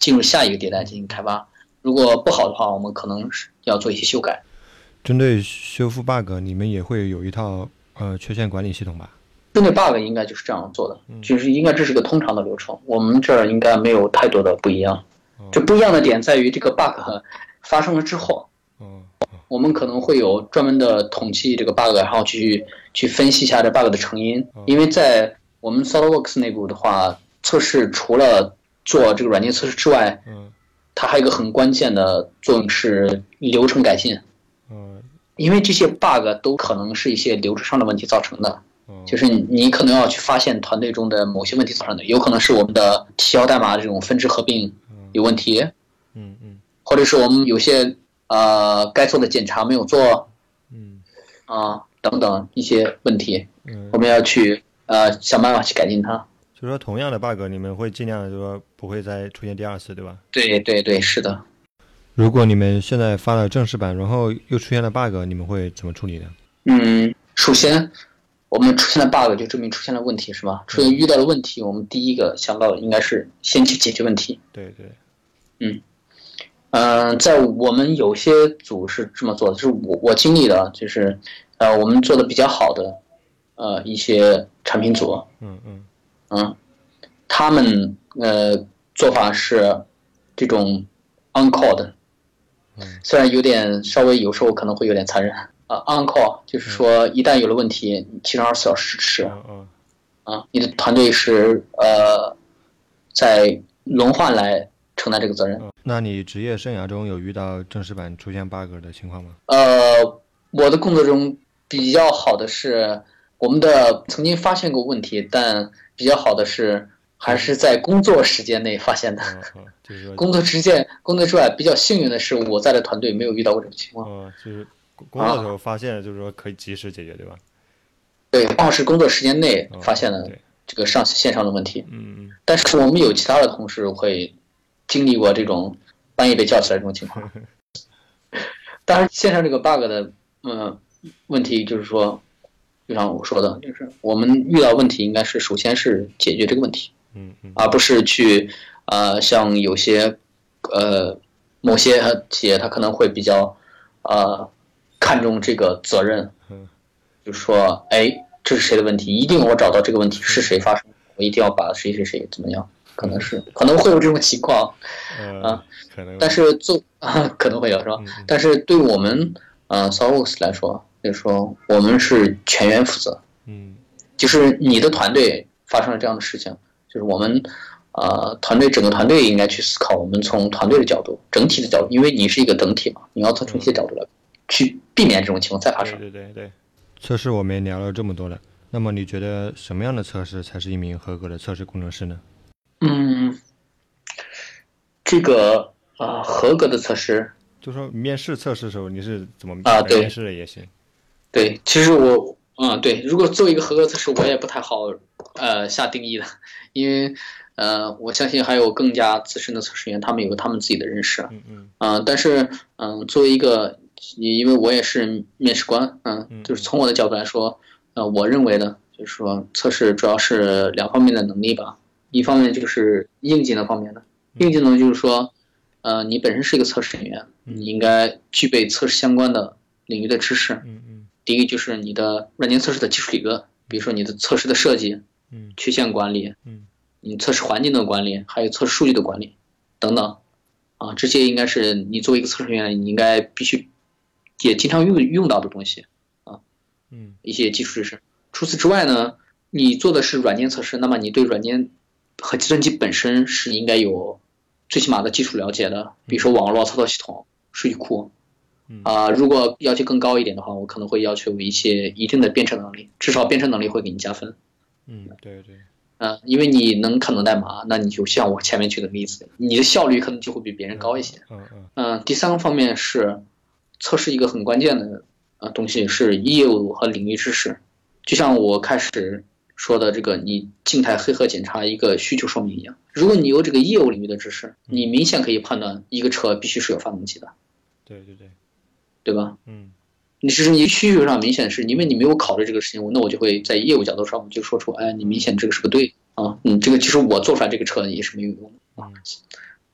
进入下一个迭代进行开发。如果不好的话，我们可能是要做一些修改。 针对修复 bug， 你们也会有一套呃缺陷管理系统吧？ 针对 bug 应该就是这样做的，就是应该这是个通常的流程。我们这儿应该没有太多的不一样。这不一样的点在于这个 bug 发生了之后，我们可能会有专门的统计这个 bug， 然后去去分析一下这 bug 的成因。因为在我们 SolidWorks 内部的话，测试除了做这个软件测试之外，它还有一个很关键的作用是流程改进。因为这些 bug 都可能是一些流程上的问题造成的，就是你可能要去发现团队中的某些问题造成的，有可能是我们的 T 销代码这种分支合并有问题，嗯嗯，或者是我们有些呃该做的检查没有做，嗯啊等等一些问题，我们要去呃想办法去改进它。 就是说同样的 bug 你们会尽量就说不会再出现第二次，对吧？ 对对对，是的。 如果你们现在发了正式版，然后又出现了 bug， 你们会怎么处理呢？ 嗯，首先我们出现了 bug 就证明出现了问题，是吧？出现遇到了问题，我们第一个想到的应该是先去解决问题。 对对。 嗯嗯、呃，在我们有些组是这么做的，就是我我经历的，就是呃我们做的比较好的呃一些产品组，嗯嗯嗯，他们呃做法是这种 on call 的，虽然有点稍微有时候可能会有点残忍啊 on call 就是说一旦有了问题，七乘二十四小时支持，啊，你的团队是呃在轮换来承担这个责任。 那你职业生涯中有遇到正式版出现 bug 的情况吗？ 呃，我的工作中比较好的是，我们的曾经发现过问题，但比较好的是还是在工作时间内发现的。嗯嗯、就是、工作之间，工作之外比较幸运的是，我在的团队没有遇到过这种情况。 哦、嗯，就是工作的时候发现了，就是说可以及时解决，对吧？ 对，刚好是工作时间内发现了这个上线上的问题。嗯嗯。但是我们有其他的同事会经历过这种半夜被叫起来这种情况。当然，线上这个 bug 的嗯问题就是说，就像我说的，就是我们遇到问题应该是首先是解决这个问题，嗯嗯，而不是去呃像有些呃某些企业它可能会比较呃看重这个责任，嗯，就是说，哎，这是谁的问题？一定我找到这个问题是谁发生，我一定要把谁谁谁怎么样。可能是可能会有这种情况，啊，但是做啊可能会有是吧？嗯、但是对我们呃 SolidWorks 来说，就是说我们是全员负责，嗯，就是你的团队发生了这样的事情，就是我们呃团队整个团队应该去思考，我们从团队的角度、整体的角度，因为你是一个整体嘛，你要从一些角度来去避免这种情况再发生。 对对对对，测试我们也聊了这么多了，那么你觉得什么样的测试才是一名合格的测试工程师呢？ 嗯，这个啊、呃，合格的测试， 就说面试测试的时候你是怎么啊？对， 面试的也行。 对，其实我，嗯，对，如果做一个合格测试，我也不太好呃下定义的，因为呃，我相信还有更加资深的测试员，他们有他们自己的认识，嗯嗯，呃，但是嗯、呃，作为一个，因为我也是面试官，嗯，嗯就是从我的角度来说，呃，我认为的就是说测试主要是两方面的能力吧。一方面就是硬技能方面的，硬技能就是说，呃，你本身是一个测试人员，你应该具备测试相关的领域的知识。嗯嗯。第一个就是你的软件测试的基础理论，比如说你的测试的设计，嗯，缺陷管理，嗯，你测试环境的管理，还有测试数据的管理等等，啊，这些应该是你作为一个测试人员，你应该必须也经常用用到的东西啊，嗯，一些基础知识。除此之外呢，你做的是软件测试，那么你对软件和计算机本身是应该有最起码的基础了解的，比如说网络操作系统、数据库，啊、呃，如果要求更高一点的话，我可能会要求一些一定的编程能力，至少编程能力会给你加分。 嗯，对对。 嗯、呃，因为你能看懂代码，那你就像我前面举的例子，你的效率可能就会比别人高一些。嗯嗯。嗯、呃，第三个方面是测试一个很关键的呃东西是业务和领域知识，就像我开始说的这个你静态黑盒检查一个需求说明一样，如果你有这个业务领域的知识，你明显可以判断一个车必须是有发动机的。 对对对， 对吧？嗯，你只是你需求上明显是因为你没有考虑这个事情，那我就会在业务角度上我就说出，哎，你明显这个是不对啊，嗯，这个其实我做出来这个车也是没有用的啊。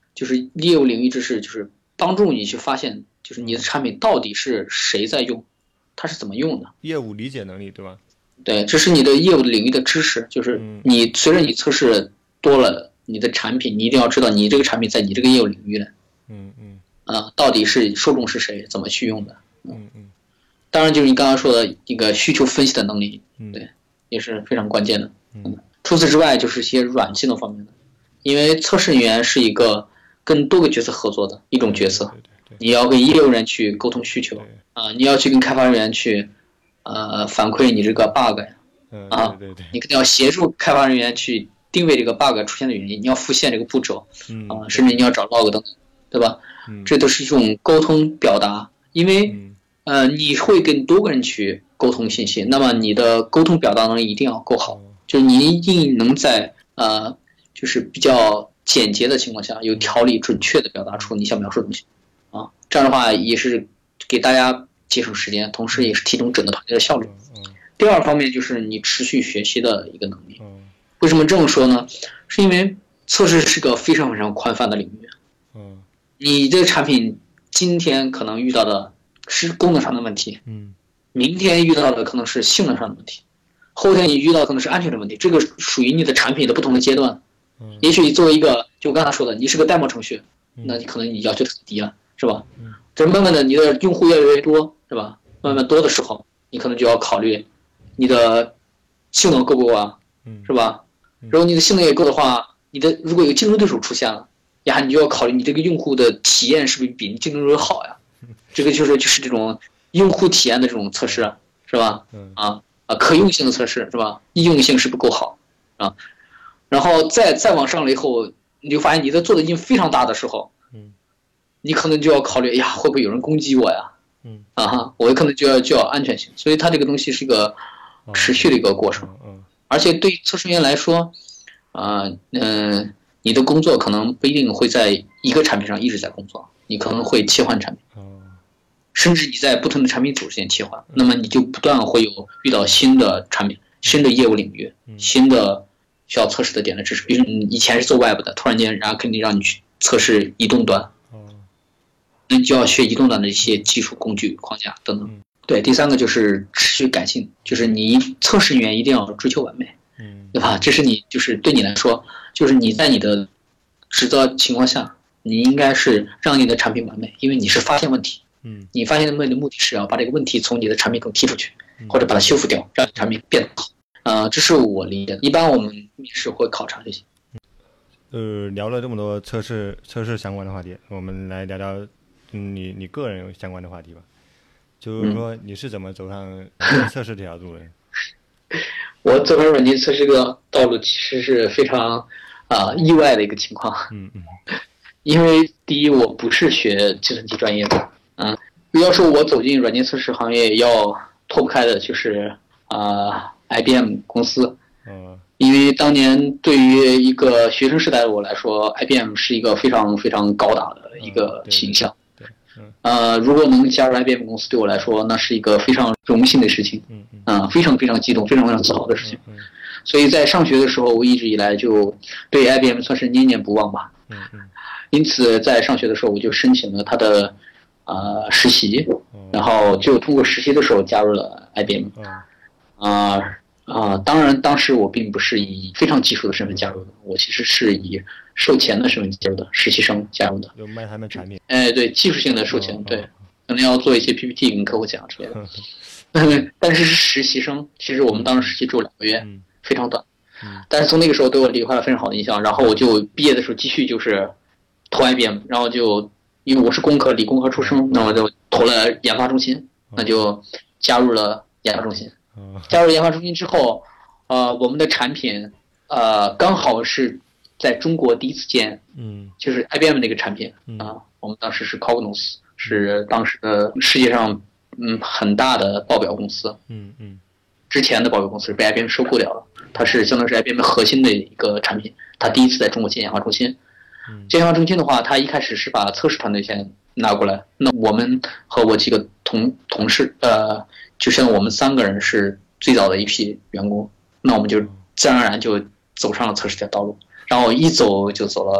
就是业务领域知识，就是帮助你去发现，就是你的产品到底是谁在用，它是怎么用的。 业务理解能力，对吧？ 对，这是你的业务领域的知识，就是你随着你测试多了，你的产品你一定要知道你这个产品在你这个业务领域的， 嗯嗯， 啊，到底是受众是谁，怎么去用的。 嗯嗯。 当然就是你刚刚说的一个需求分析的能力，对，也是非常关键的。 嗯， 除此之外就是一些软技能方面的，因为测试人员是一个跟多个角色合作的一种角色， 对对对， 你要跟业务人去沟通需求啊、呃，你要去跟开发人员去呃反馈你这个 bug 嗯、 啊， 对对对， 你肯定要协助开发人员去定位这个 bug 出现的原因，你要复现这个步骤， 嗯啊、呃，甚至你要找 log 等等，对吧？ 嗯， 这都是一种沟通表达，因为、 嗯、 呃你会跟多个人去沟通信息，那么你的沟通表达能力一定要够好，就是你一定能在呃就是比较简洁的情况下，有条理准确的表达出你想描述的东西啊，这样的话也是给大家节省时间，同时也是提升整个团队的效率。第二方面就是你持续学习的一个能力。为什么这么说呢？是因为测试是个非常非常宽泛的领域。你这个产品今天可能遇到的是功能上的问题，明天遇到的可能是性能上的问题，后天你遇到的可能是安全的问题，这个属于你的产品的不同的阶段。也许你作为一个，就我刚才说的，你是个代码程序，那你可能你要求很低了，是吧？这慢慢的你的用户越来越多，是吧？慢慢多的时候，你可能就要考虑你的性能够不够啊，是吧？如果你的性能也够的话，你的如果有竞争对手出现了呀，你就要考虑你这个用户的体验是不是比你竞争对手好呀？这个就是就是这种用户体验的这种测试，是吧？啊啊，可用性的测试是吧？易用性是不够好啊，然后再再往上了以后，你就发现你在做的已经非常大的时候，你可能就要考虑，哎呀，会不会有人攻击我呀？啊哈，我可能就要就要安全性，所以它这个东西是一个持续的一个过程，而且对于测试员来说，啊嗯、呃，你的工作可能不一定会在一个产品上一直在工作，你可能会切换产品，甚至你在不同的产品组之间切换，那么你就不断会有遇到新的产品、新的业务领域、新的需要测试的点的知识。比如你以前是做 Web 的，突然间然后肯定让你去测试移动端，那你就要学移动端的一些技术工具框架等等。对，第三个就是持续改进，就是你测试人员一定要追求完美，对吧？这是你就是对你来说，就是你在你的职责情况下，你应该是让你的产品完美，因为你是发现问题。你发现问题的目的是要把这个问题从你的产品中踢出去，或者把它修复掉，让产品变得好。呃，这是我理解的。一般我们面试会考察这些。 呃，聊了这么多测试测试相关的话题，我们来聊聊你你个人相关的话题吧。就是说你是怎么走上测试这条路的？ 我走上软件测试这个道路其实是非常啊、呃、意外的一个情况。 嗯嗯。 因为第一，我不是学计算机专业的。嗯，要说我走进软件测试行业，要脱不开的就是啊、呃、I B M 公司。 嗯。 因为当年对于一个学生时代的我来说 ，I B M 是一个非常非常高大的一个形象。 对。嗯。 呃，如果能加入 I B M 公司，对我来说那是一个非常荣幸的事情。 嗯嗯。 啊、呃，非常非常激动，非常非常自豪的事情。 嗯。 所以在上学的时候，我一直以来就对 I B M 算是念念不忘吧。 嗯嗯。 因此，在上学的时候，我就申请了他的呃实习，然后就通过实习的时候加入了 I B M。啊啊、呃，当然，当时我并不是以非常技术的身份加入的，我其实是以售前的身份加入的，实习生加入的。 就卖他们产品。 哎，对，技术性的售前，哦、对，可能要做一些 P P T 跟客户讲之类的。但是是实习生，其实我们当时实习只有两个月，嗯、非常短。嗯、但是从那个时候对我留下了非常好的印象，然后我就毕业的时候继续就是投 I B M， 然后就因为我是工科理工科出身，那我就投了研发中心，那就加入了研发中心。加入研发中心之后，呃，我们的产品呃刚好是在中国第一次见，嗯，就是 I B M 那个产品啊、呃，我们当时是 Cognos， 是当时的世界上嗯很大的报表公司，嗯嗯，之前的报表公司被 I B M 收购掉了，它是相当于是 I B M 核心的一个产品，它第一次在中国建研发中心。建研发中心的话，它一开始是把测试团队先拿过来，那我们和我几个同同事，呃，就像我们三个人是最早的一批员工，那我们就自然而然就走上了测试的道路，然后一走就走了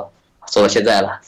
做到现在了。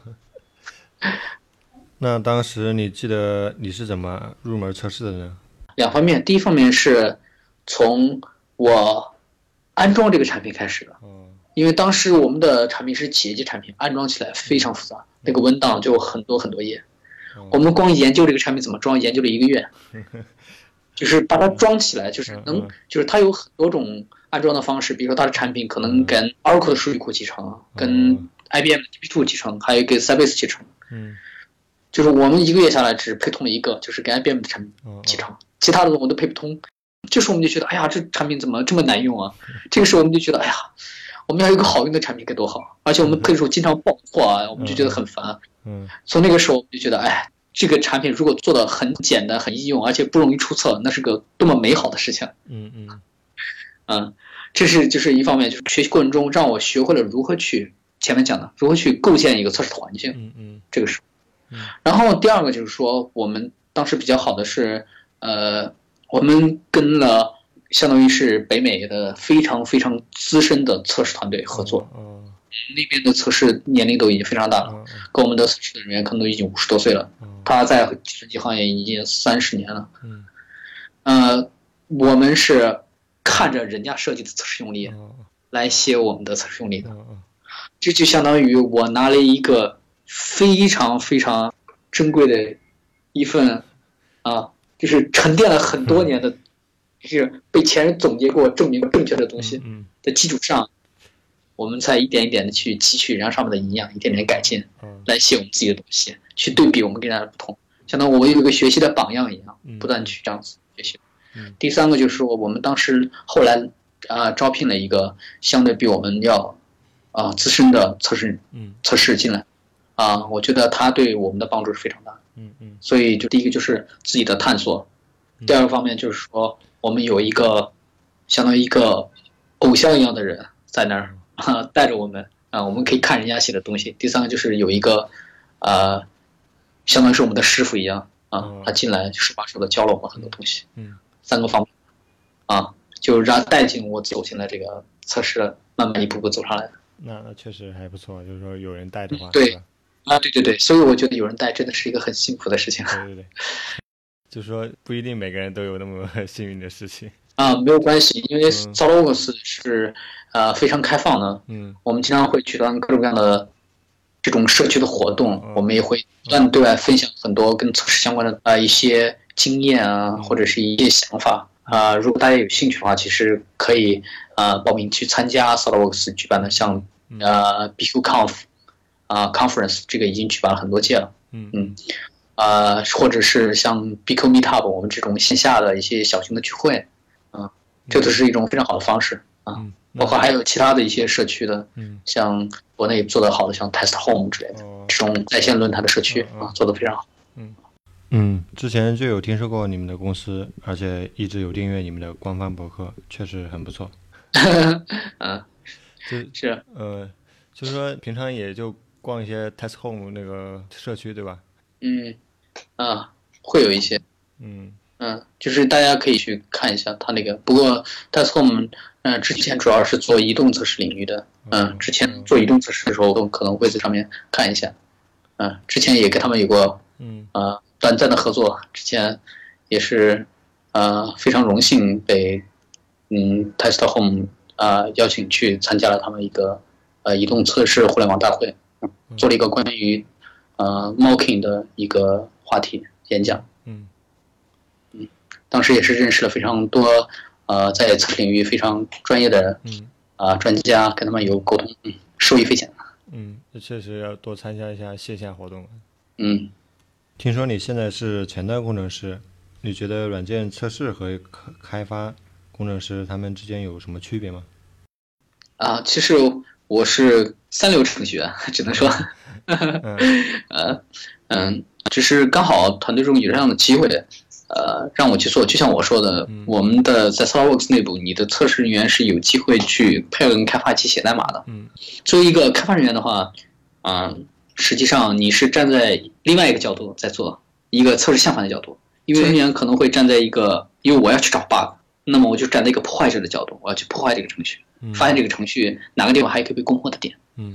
那当时你记得你是怎么入门测试的呢？ 两方面，第一方面是从我安装这个产品开始的，因为当时我们的产品是企业级产品，安装起来非常复杂，那个文档就很多很多页，我们光研究这个产品怎么装，研究了一个月，就是把它装起来，就是能，就是它有很多种安装的方式，比如说它的产品可能跟 Oracle 的数据库集成，跟 I B M 的 D B 二 集成，还有跟 Sybase 集成。嗯，就是我们一个月下来只配通了一个，就是跟 I B M 的产品集成，其他的我们都配不通。这时候我们就觉得，哎呀，这产品怎么这么难用啊？这个时候我们就觉得，哎呀，我们要有一个好用的产品该多好！而且我们配的时候经常爆破啊，我们就觉得很烦。嗯，从那个时候我们就觉得，哎，这个产品如果做的很简单、很易用，而且不容易出错，那是个多么美好的事情。嗯嗯嗯，这是就是一方面，就是学习过程中让我学会了如何去前面讲的，如何去构建一个测试的环境。嗯嗯，这个是。然后第二个就是说，我们当时比较好的是，呃，我们跟了相当于是北美的非常非常资深的测试团队合作。嗯，那边的测试年龄都已经非常大了，跟我们的测试人员可能都已经五十多岁了。他在计算机行业已经三十年了。嗯，呃，我们是看着人家设计的测试用例来写我们的测试用例的，这就相当于我拿了一个非常非常珍贵的一份啊，就是沉淀了很多年的，就是被前人总结过、证明过正确的东西的基础上，我们才一点一点的去汲取人家上面的营养，一点点改进，来写我们自己的东西，去对比我们跟人家的不同，相当于我们有一个学习的榜样一样，不断去这样子学习。第三个就是说，我们当时后来啊、呃、招聘了一个相对比我们要啊、呃、资深的测试测试进来。啊，我觉得他对我们的帮助是非常大的。嗯嗯。所以就第一个就是自己的探索，第二个方面就是说我们有一个相当于一个偶像一样的人在那儿啊带着我们啊，我们可以看人家写的东西。第三个就是有一个呃，相当于是我们的师傅一样啊，他进来手把手的教了我们很多东西。嗯。三个方面啊，就让带进我走进了这个测试，慢慢一步步走上来的。 那那确实还不错，就是说有人带的话。 对。啊，对对对，所以我觉得有人带真的是一个很幸福的事情。 对对对，就是说不一定每个人都有那么幸运的事情。 啊，没有关系，因为 SolidWorks 是呃非常开放的。嗯，我们经常会举办各种各样的这种社区的活动，嗯、我们也会不断对外分享很多跟测试相关的啊、呃、一些经验啊，嗯、或者是一些想法啊、呃。如果大家有兴趣的话，其实可以呃报名去参加 SolidWorks 举办的像呃 B Q Conf。啊、uh, ，conference 这个已经举办了很多届了，嗯嗯，呃，或者是像 B Q Meetup 我们这种线下的一些小型的聚会，啊，这都是一种非常好的方式啊，嗯、包括还有其他的一些社区的，嗯，像国内做得好的像 Test Home 之类的、哦、这种在线论坛的社区、哦、啊，做得非常好， 嗯嗯，之前就有听说过你们的公司，而且一直有订阅你们的官方博客，确实很不错， 啊， 就是呃，就是说平常也就。逛一些 Test Home 那个社区，对吧？ 嗯，啊，会有一些，嗯嗯，就是大家可以去看一下它那个。不过 Test Home， 嗯、呃，之前主要是做移动测试领域的，嗯、呃，之前做移动测试的时候，都可能会在上面看一下，嗯、呃，之前也跟他们有过，嗯，呃，短暂的合作，之前也是，呃，非常荣幸被，嗯 ，Test Home 啊、呃、邀请去参加了他们一个呃移动测试互联网大会。做了一个关于呃 mocking 的一个话题演讲，嗯嗯，当时也是认识了非常多呃在测试领域非常专业的嗯啊、呃、专家，跟他们有沟通，嗯，受益匪浅。 嗯，这确实要多参加一下线下活动。 嗯， 听说你现在是前端工程师，你觉得软件测试和开发工程师他们之间有什么区别吗？ 啊，其实我是三流程序员，只能说，呃，嗯，只是刚好团队中有这样的机会，呃，让我去做。就像我说的，嗯、我们的在 SolidWorks 内部，你的测试人员是有机会去配合跟开发一起写代码的。嗯，作为一个开发人员的话，啊、呃，实际上你是站在另外一个角度在做一个测试相反的角度，因为人员可能会站在一个，因为我要去找 bug， 那么我就站在一个破坏者的角度，我要去破坏这个程序。发现这个程序哪个地方还可以被攻破的点，嗯，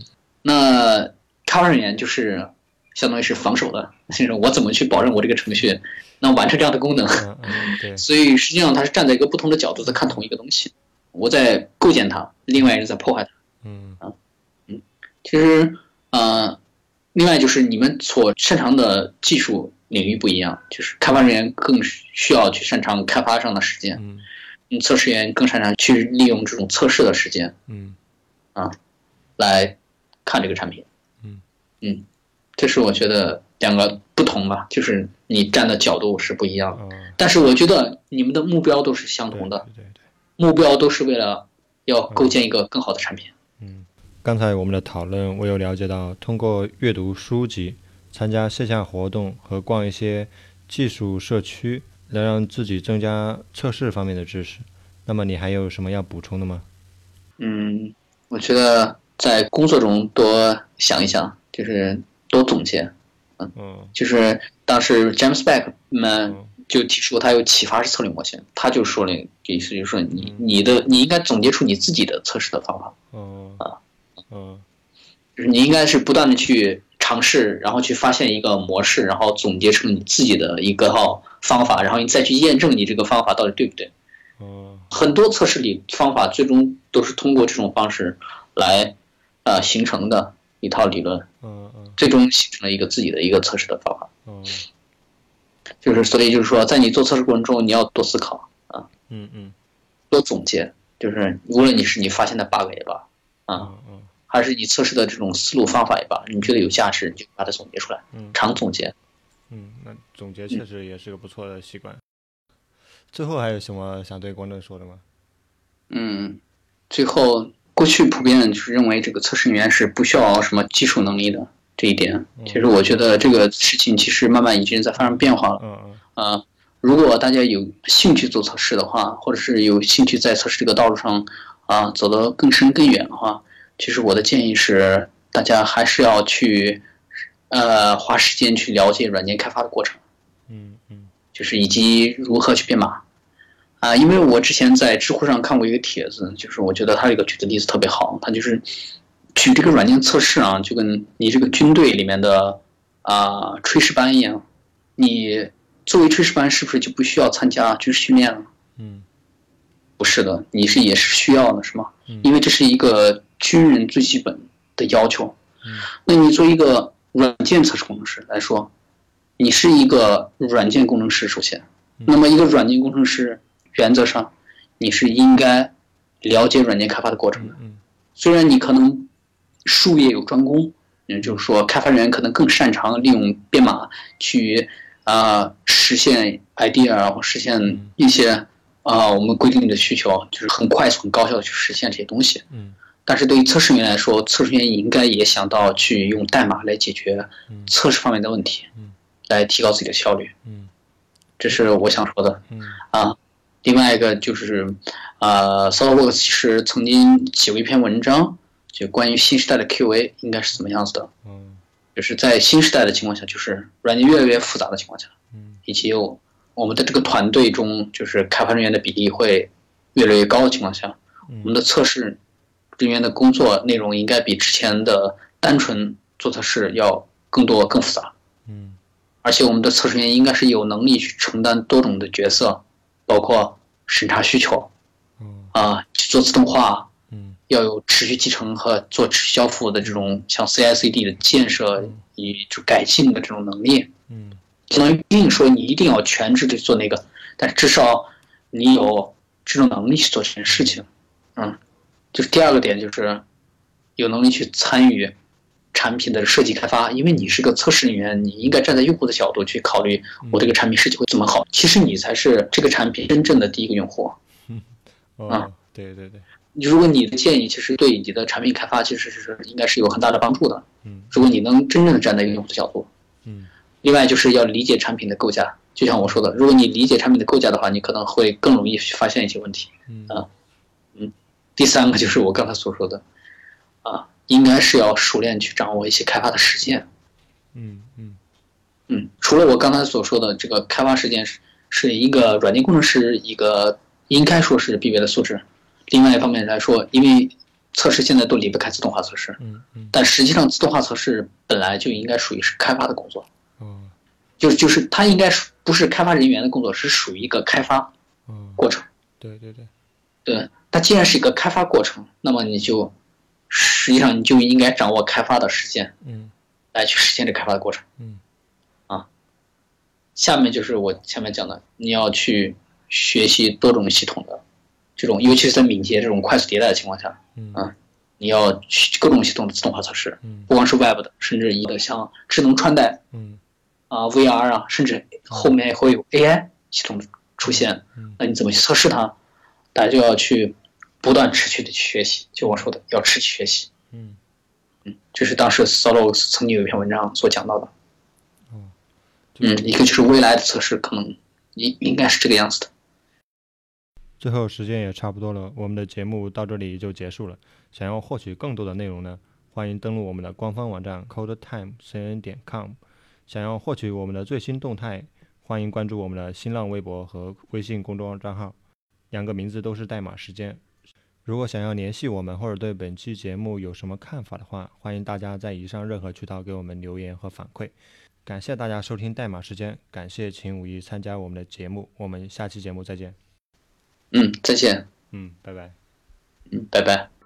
那开发人员就是相当于是防守的，就是我怎么去保证我这个程序能完成这样的功能。 嗯嗯对所以实际上他是站在一个不同的角度在看同一个东西，我在构建它，另外一个在破坏它。 嗯啊嗯，其实呃，另外就是你们所擅长的技术领域不一样，就是开发人员更需要去擅长开发上的时间， 嗯嗯，测试员更擅长去利用这种测试的时间， 嗯啊，来看这个产品。 嗯嗯，这是我觉得两个不同吧，就是你站的角度是不一样的， 哦但是我觉得你们的目标都是相同的， 对对对目标都是为了要构建一个更好的产品。 嗯，刚才我们的讨论，我有了解到，通过阅读书籍、参加线下活动和逛一些技术社区，能让自己增加测试方面的知识。那么你还有什么要补充的吗？ 嗯，我觉得在工作中多想一想，就是多总结。嗯， 嗯就是当时 James Beck 们嗯就提出他有启发式策略模型，他就说了意思就是说你你的你应该总结出你自己的测试的方法。 哦啊哦就是你应该是不断的去尝试，然后去发现一个模式，然后总结成你自己的一个套方法，然后你再去验证你这个方法到底对不对。 哦很多测试里方法最终都是通过这种方式来呃形成的一套理论， 嗯嗯最终形成了一个自己的一个测试的方法。 哦就是所以就是说，在你做测试过程中，你要多思考啊， 嗯嗯多总结，就是无论你是你发现的 bug 也罢啊， 嗯嗯还是你测试的这种思路方法也罢，你觉得有价值，你就把它总结出来， 嗯常总结。 嗯，那总结确实也是个不错的习惯。最后还有什么想对观众说的吗？ 嗯，最后过去普遍就是认为这个测试员是不需要什么技术能力的这一点，其实我觉得这个事情其实慢慢已经在发生变化了。 嗯嗯呃，如果大家有兴趣做测试的话，或者是有兴趣在测试这个道路上啊走得更深更远的话，其实我的建议是，大家还是要去呃花时间去了解软件开发的过程， 嗯嗯就是以及如何去编码。啊，因为我之前在知乎上看过一个帖子，就是我觉得他这个举的例子特别好，他就是举这个软件测试啊，就跟你这个军队里面的啊炊事班一样，你作为炊事班是不是就不需要参加军事训练了？ 嗯不是的，你是也是需要的，是吗？ 嗯因为这是一个军人最基本的要求。 嗯那你作为一个软件测试工程师来说，你是一个软件工程师，首先，那么一个软件工程师原则上你是应该了解软件开发的过程的。 嗯虽然你可能术业有专攻，也就是说开发人员可能更擅长利用编码去啊、呃、实现 idea 或实现一些啊、呃、我们规定的需求，就是很快速很高效的去实现这些东西。 嗯但是对于测试员来说，测试员应该也想到去用代码来解决测试方面的问题， 嗯来提高自己的效率。 嗯这是我想说的。 嗯啊，另外一个就是，呃 ，SolidWorks 其实曾经写过一篇文章，就关于新时代的 Q A 应该是怎么样子的。 嗯就是在新时代的情况下，就是软件越来越复杂的情况下， 嗯以及有我们的这个团队中，就是开发人员的比例会越来越高的情况下，我们的测试人员的工作内容应该比之前的单纯做测试要更多、更复杂。 嗯而且我们的测试员应该是有能力去承担多种的角色，包括审查需求，啊，去做自动化， 嗯要有持续集成和做持续交付的这种像 C I C D 的建设以就改进的这种能力。 嗯相当于不一定说你一定要全职去做那个，但至少你有这种能力去做这件事情。嗯，就是第二个点就是有能力去参与产品的设计开发，因为你是个测试人员，你应该站在用户的角度去考虑我这个产品设计会怎么好。其实你才是这个产品真正的第一个用户。 嗯哦啊， 对对对， 如果你的建议其实对你的产品开发其实是应该是有很大的帮助的。 嗯如果你能真正的站在用户的角度。 嗯另外就是要理解产品的构架，就像我说的，如果你理解产品的构架的话，你可能会更容易发现一些问题。 嗯啊，嗯，第三个就是我刚才所说的，啊，应该是要熟练去掌握一些开发的实践。 嗯嗯嗯，除了我刚才所说的这个开发实践是是一个软件工程师一个应该说是必备的素质，另外一方面来说，因为测试现在都离不开自动化测试， 嗯嗯， 但实际上自动化测试本来就应该属于是开发的工作， 哦， 就是就是它应该不是开发人员的工作，是属于一个开发过程。 哦，对对对， 对，它既然是一个开发过程，那么你就实际上你就应该掌握开发的时间， 嗯， 来去实现这开发的过程。 嗯， 啊，下面就是我前面讲的，你要去学习多种系统的这种，尤其是在敏捷这种快速迭代的情况下， 嗯， 啊，你要去各种系统的自动化测试， 嗯， 不光是 Web 的，甚至一个像智能穿戴， 嗯， 啊 V R 啊，甚至后面会有 A I 系统出现， 嗯， 那你怎么去测试它？大家就要去不断持续的去学习，就我说的，要持续学习。 嗯， 嗯，这是当时 Solos 曾经有一篇文章所讲到的。 哦， 嗯，一个就是未来的测试可能应应该是这个样子的。 最后时间也差不多了，我们的节目到这里就结束了。想要获取更多的内容呢，欢迎登录我们的官方网站 codetime.cn 点 com。想要获取我们的最新动态，欢迎关注我们的新浪微博和微信公众账号，两个名字都是代码时间。如果想要联系我们或者对本期节目有什么看法的话，欢迎大家在以上任何渠道给我们留言和反馈。感谢大家收听代码时间，感谢秦武一参加我们的节目，我们下期节目再见。 嗯，再见。 嗯，拜拜。 嗯，拜拜。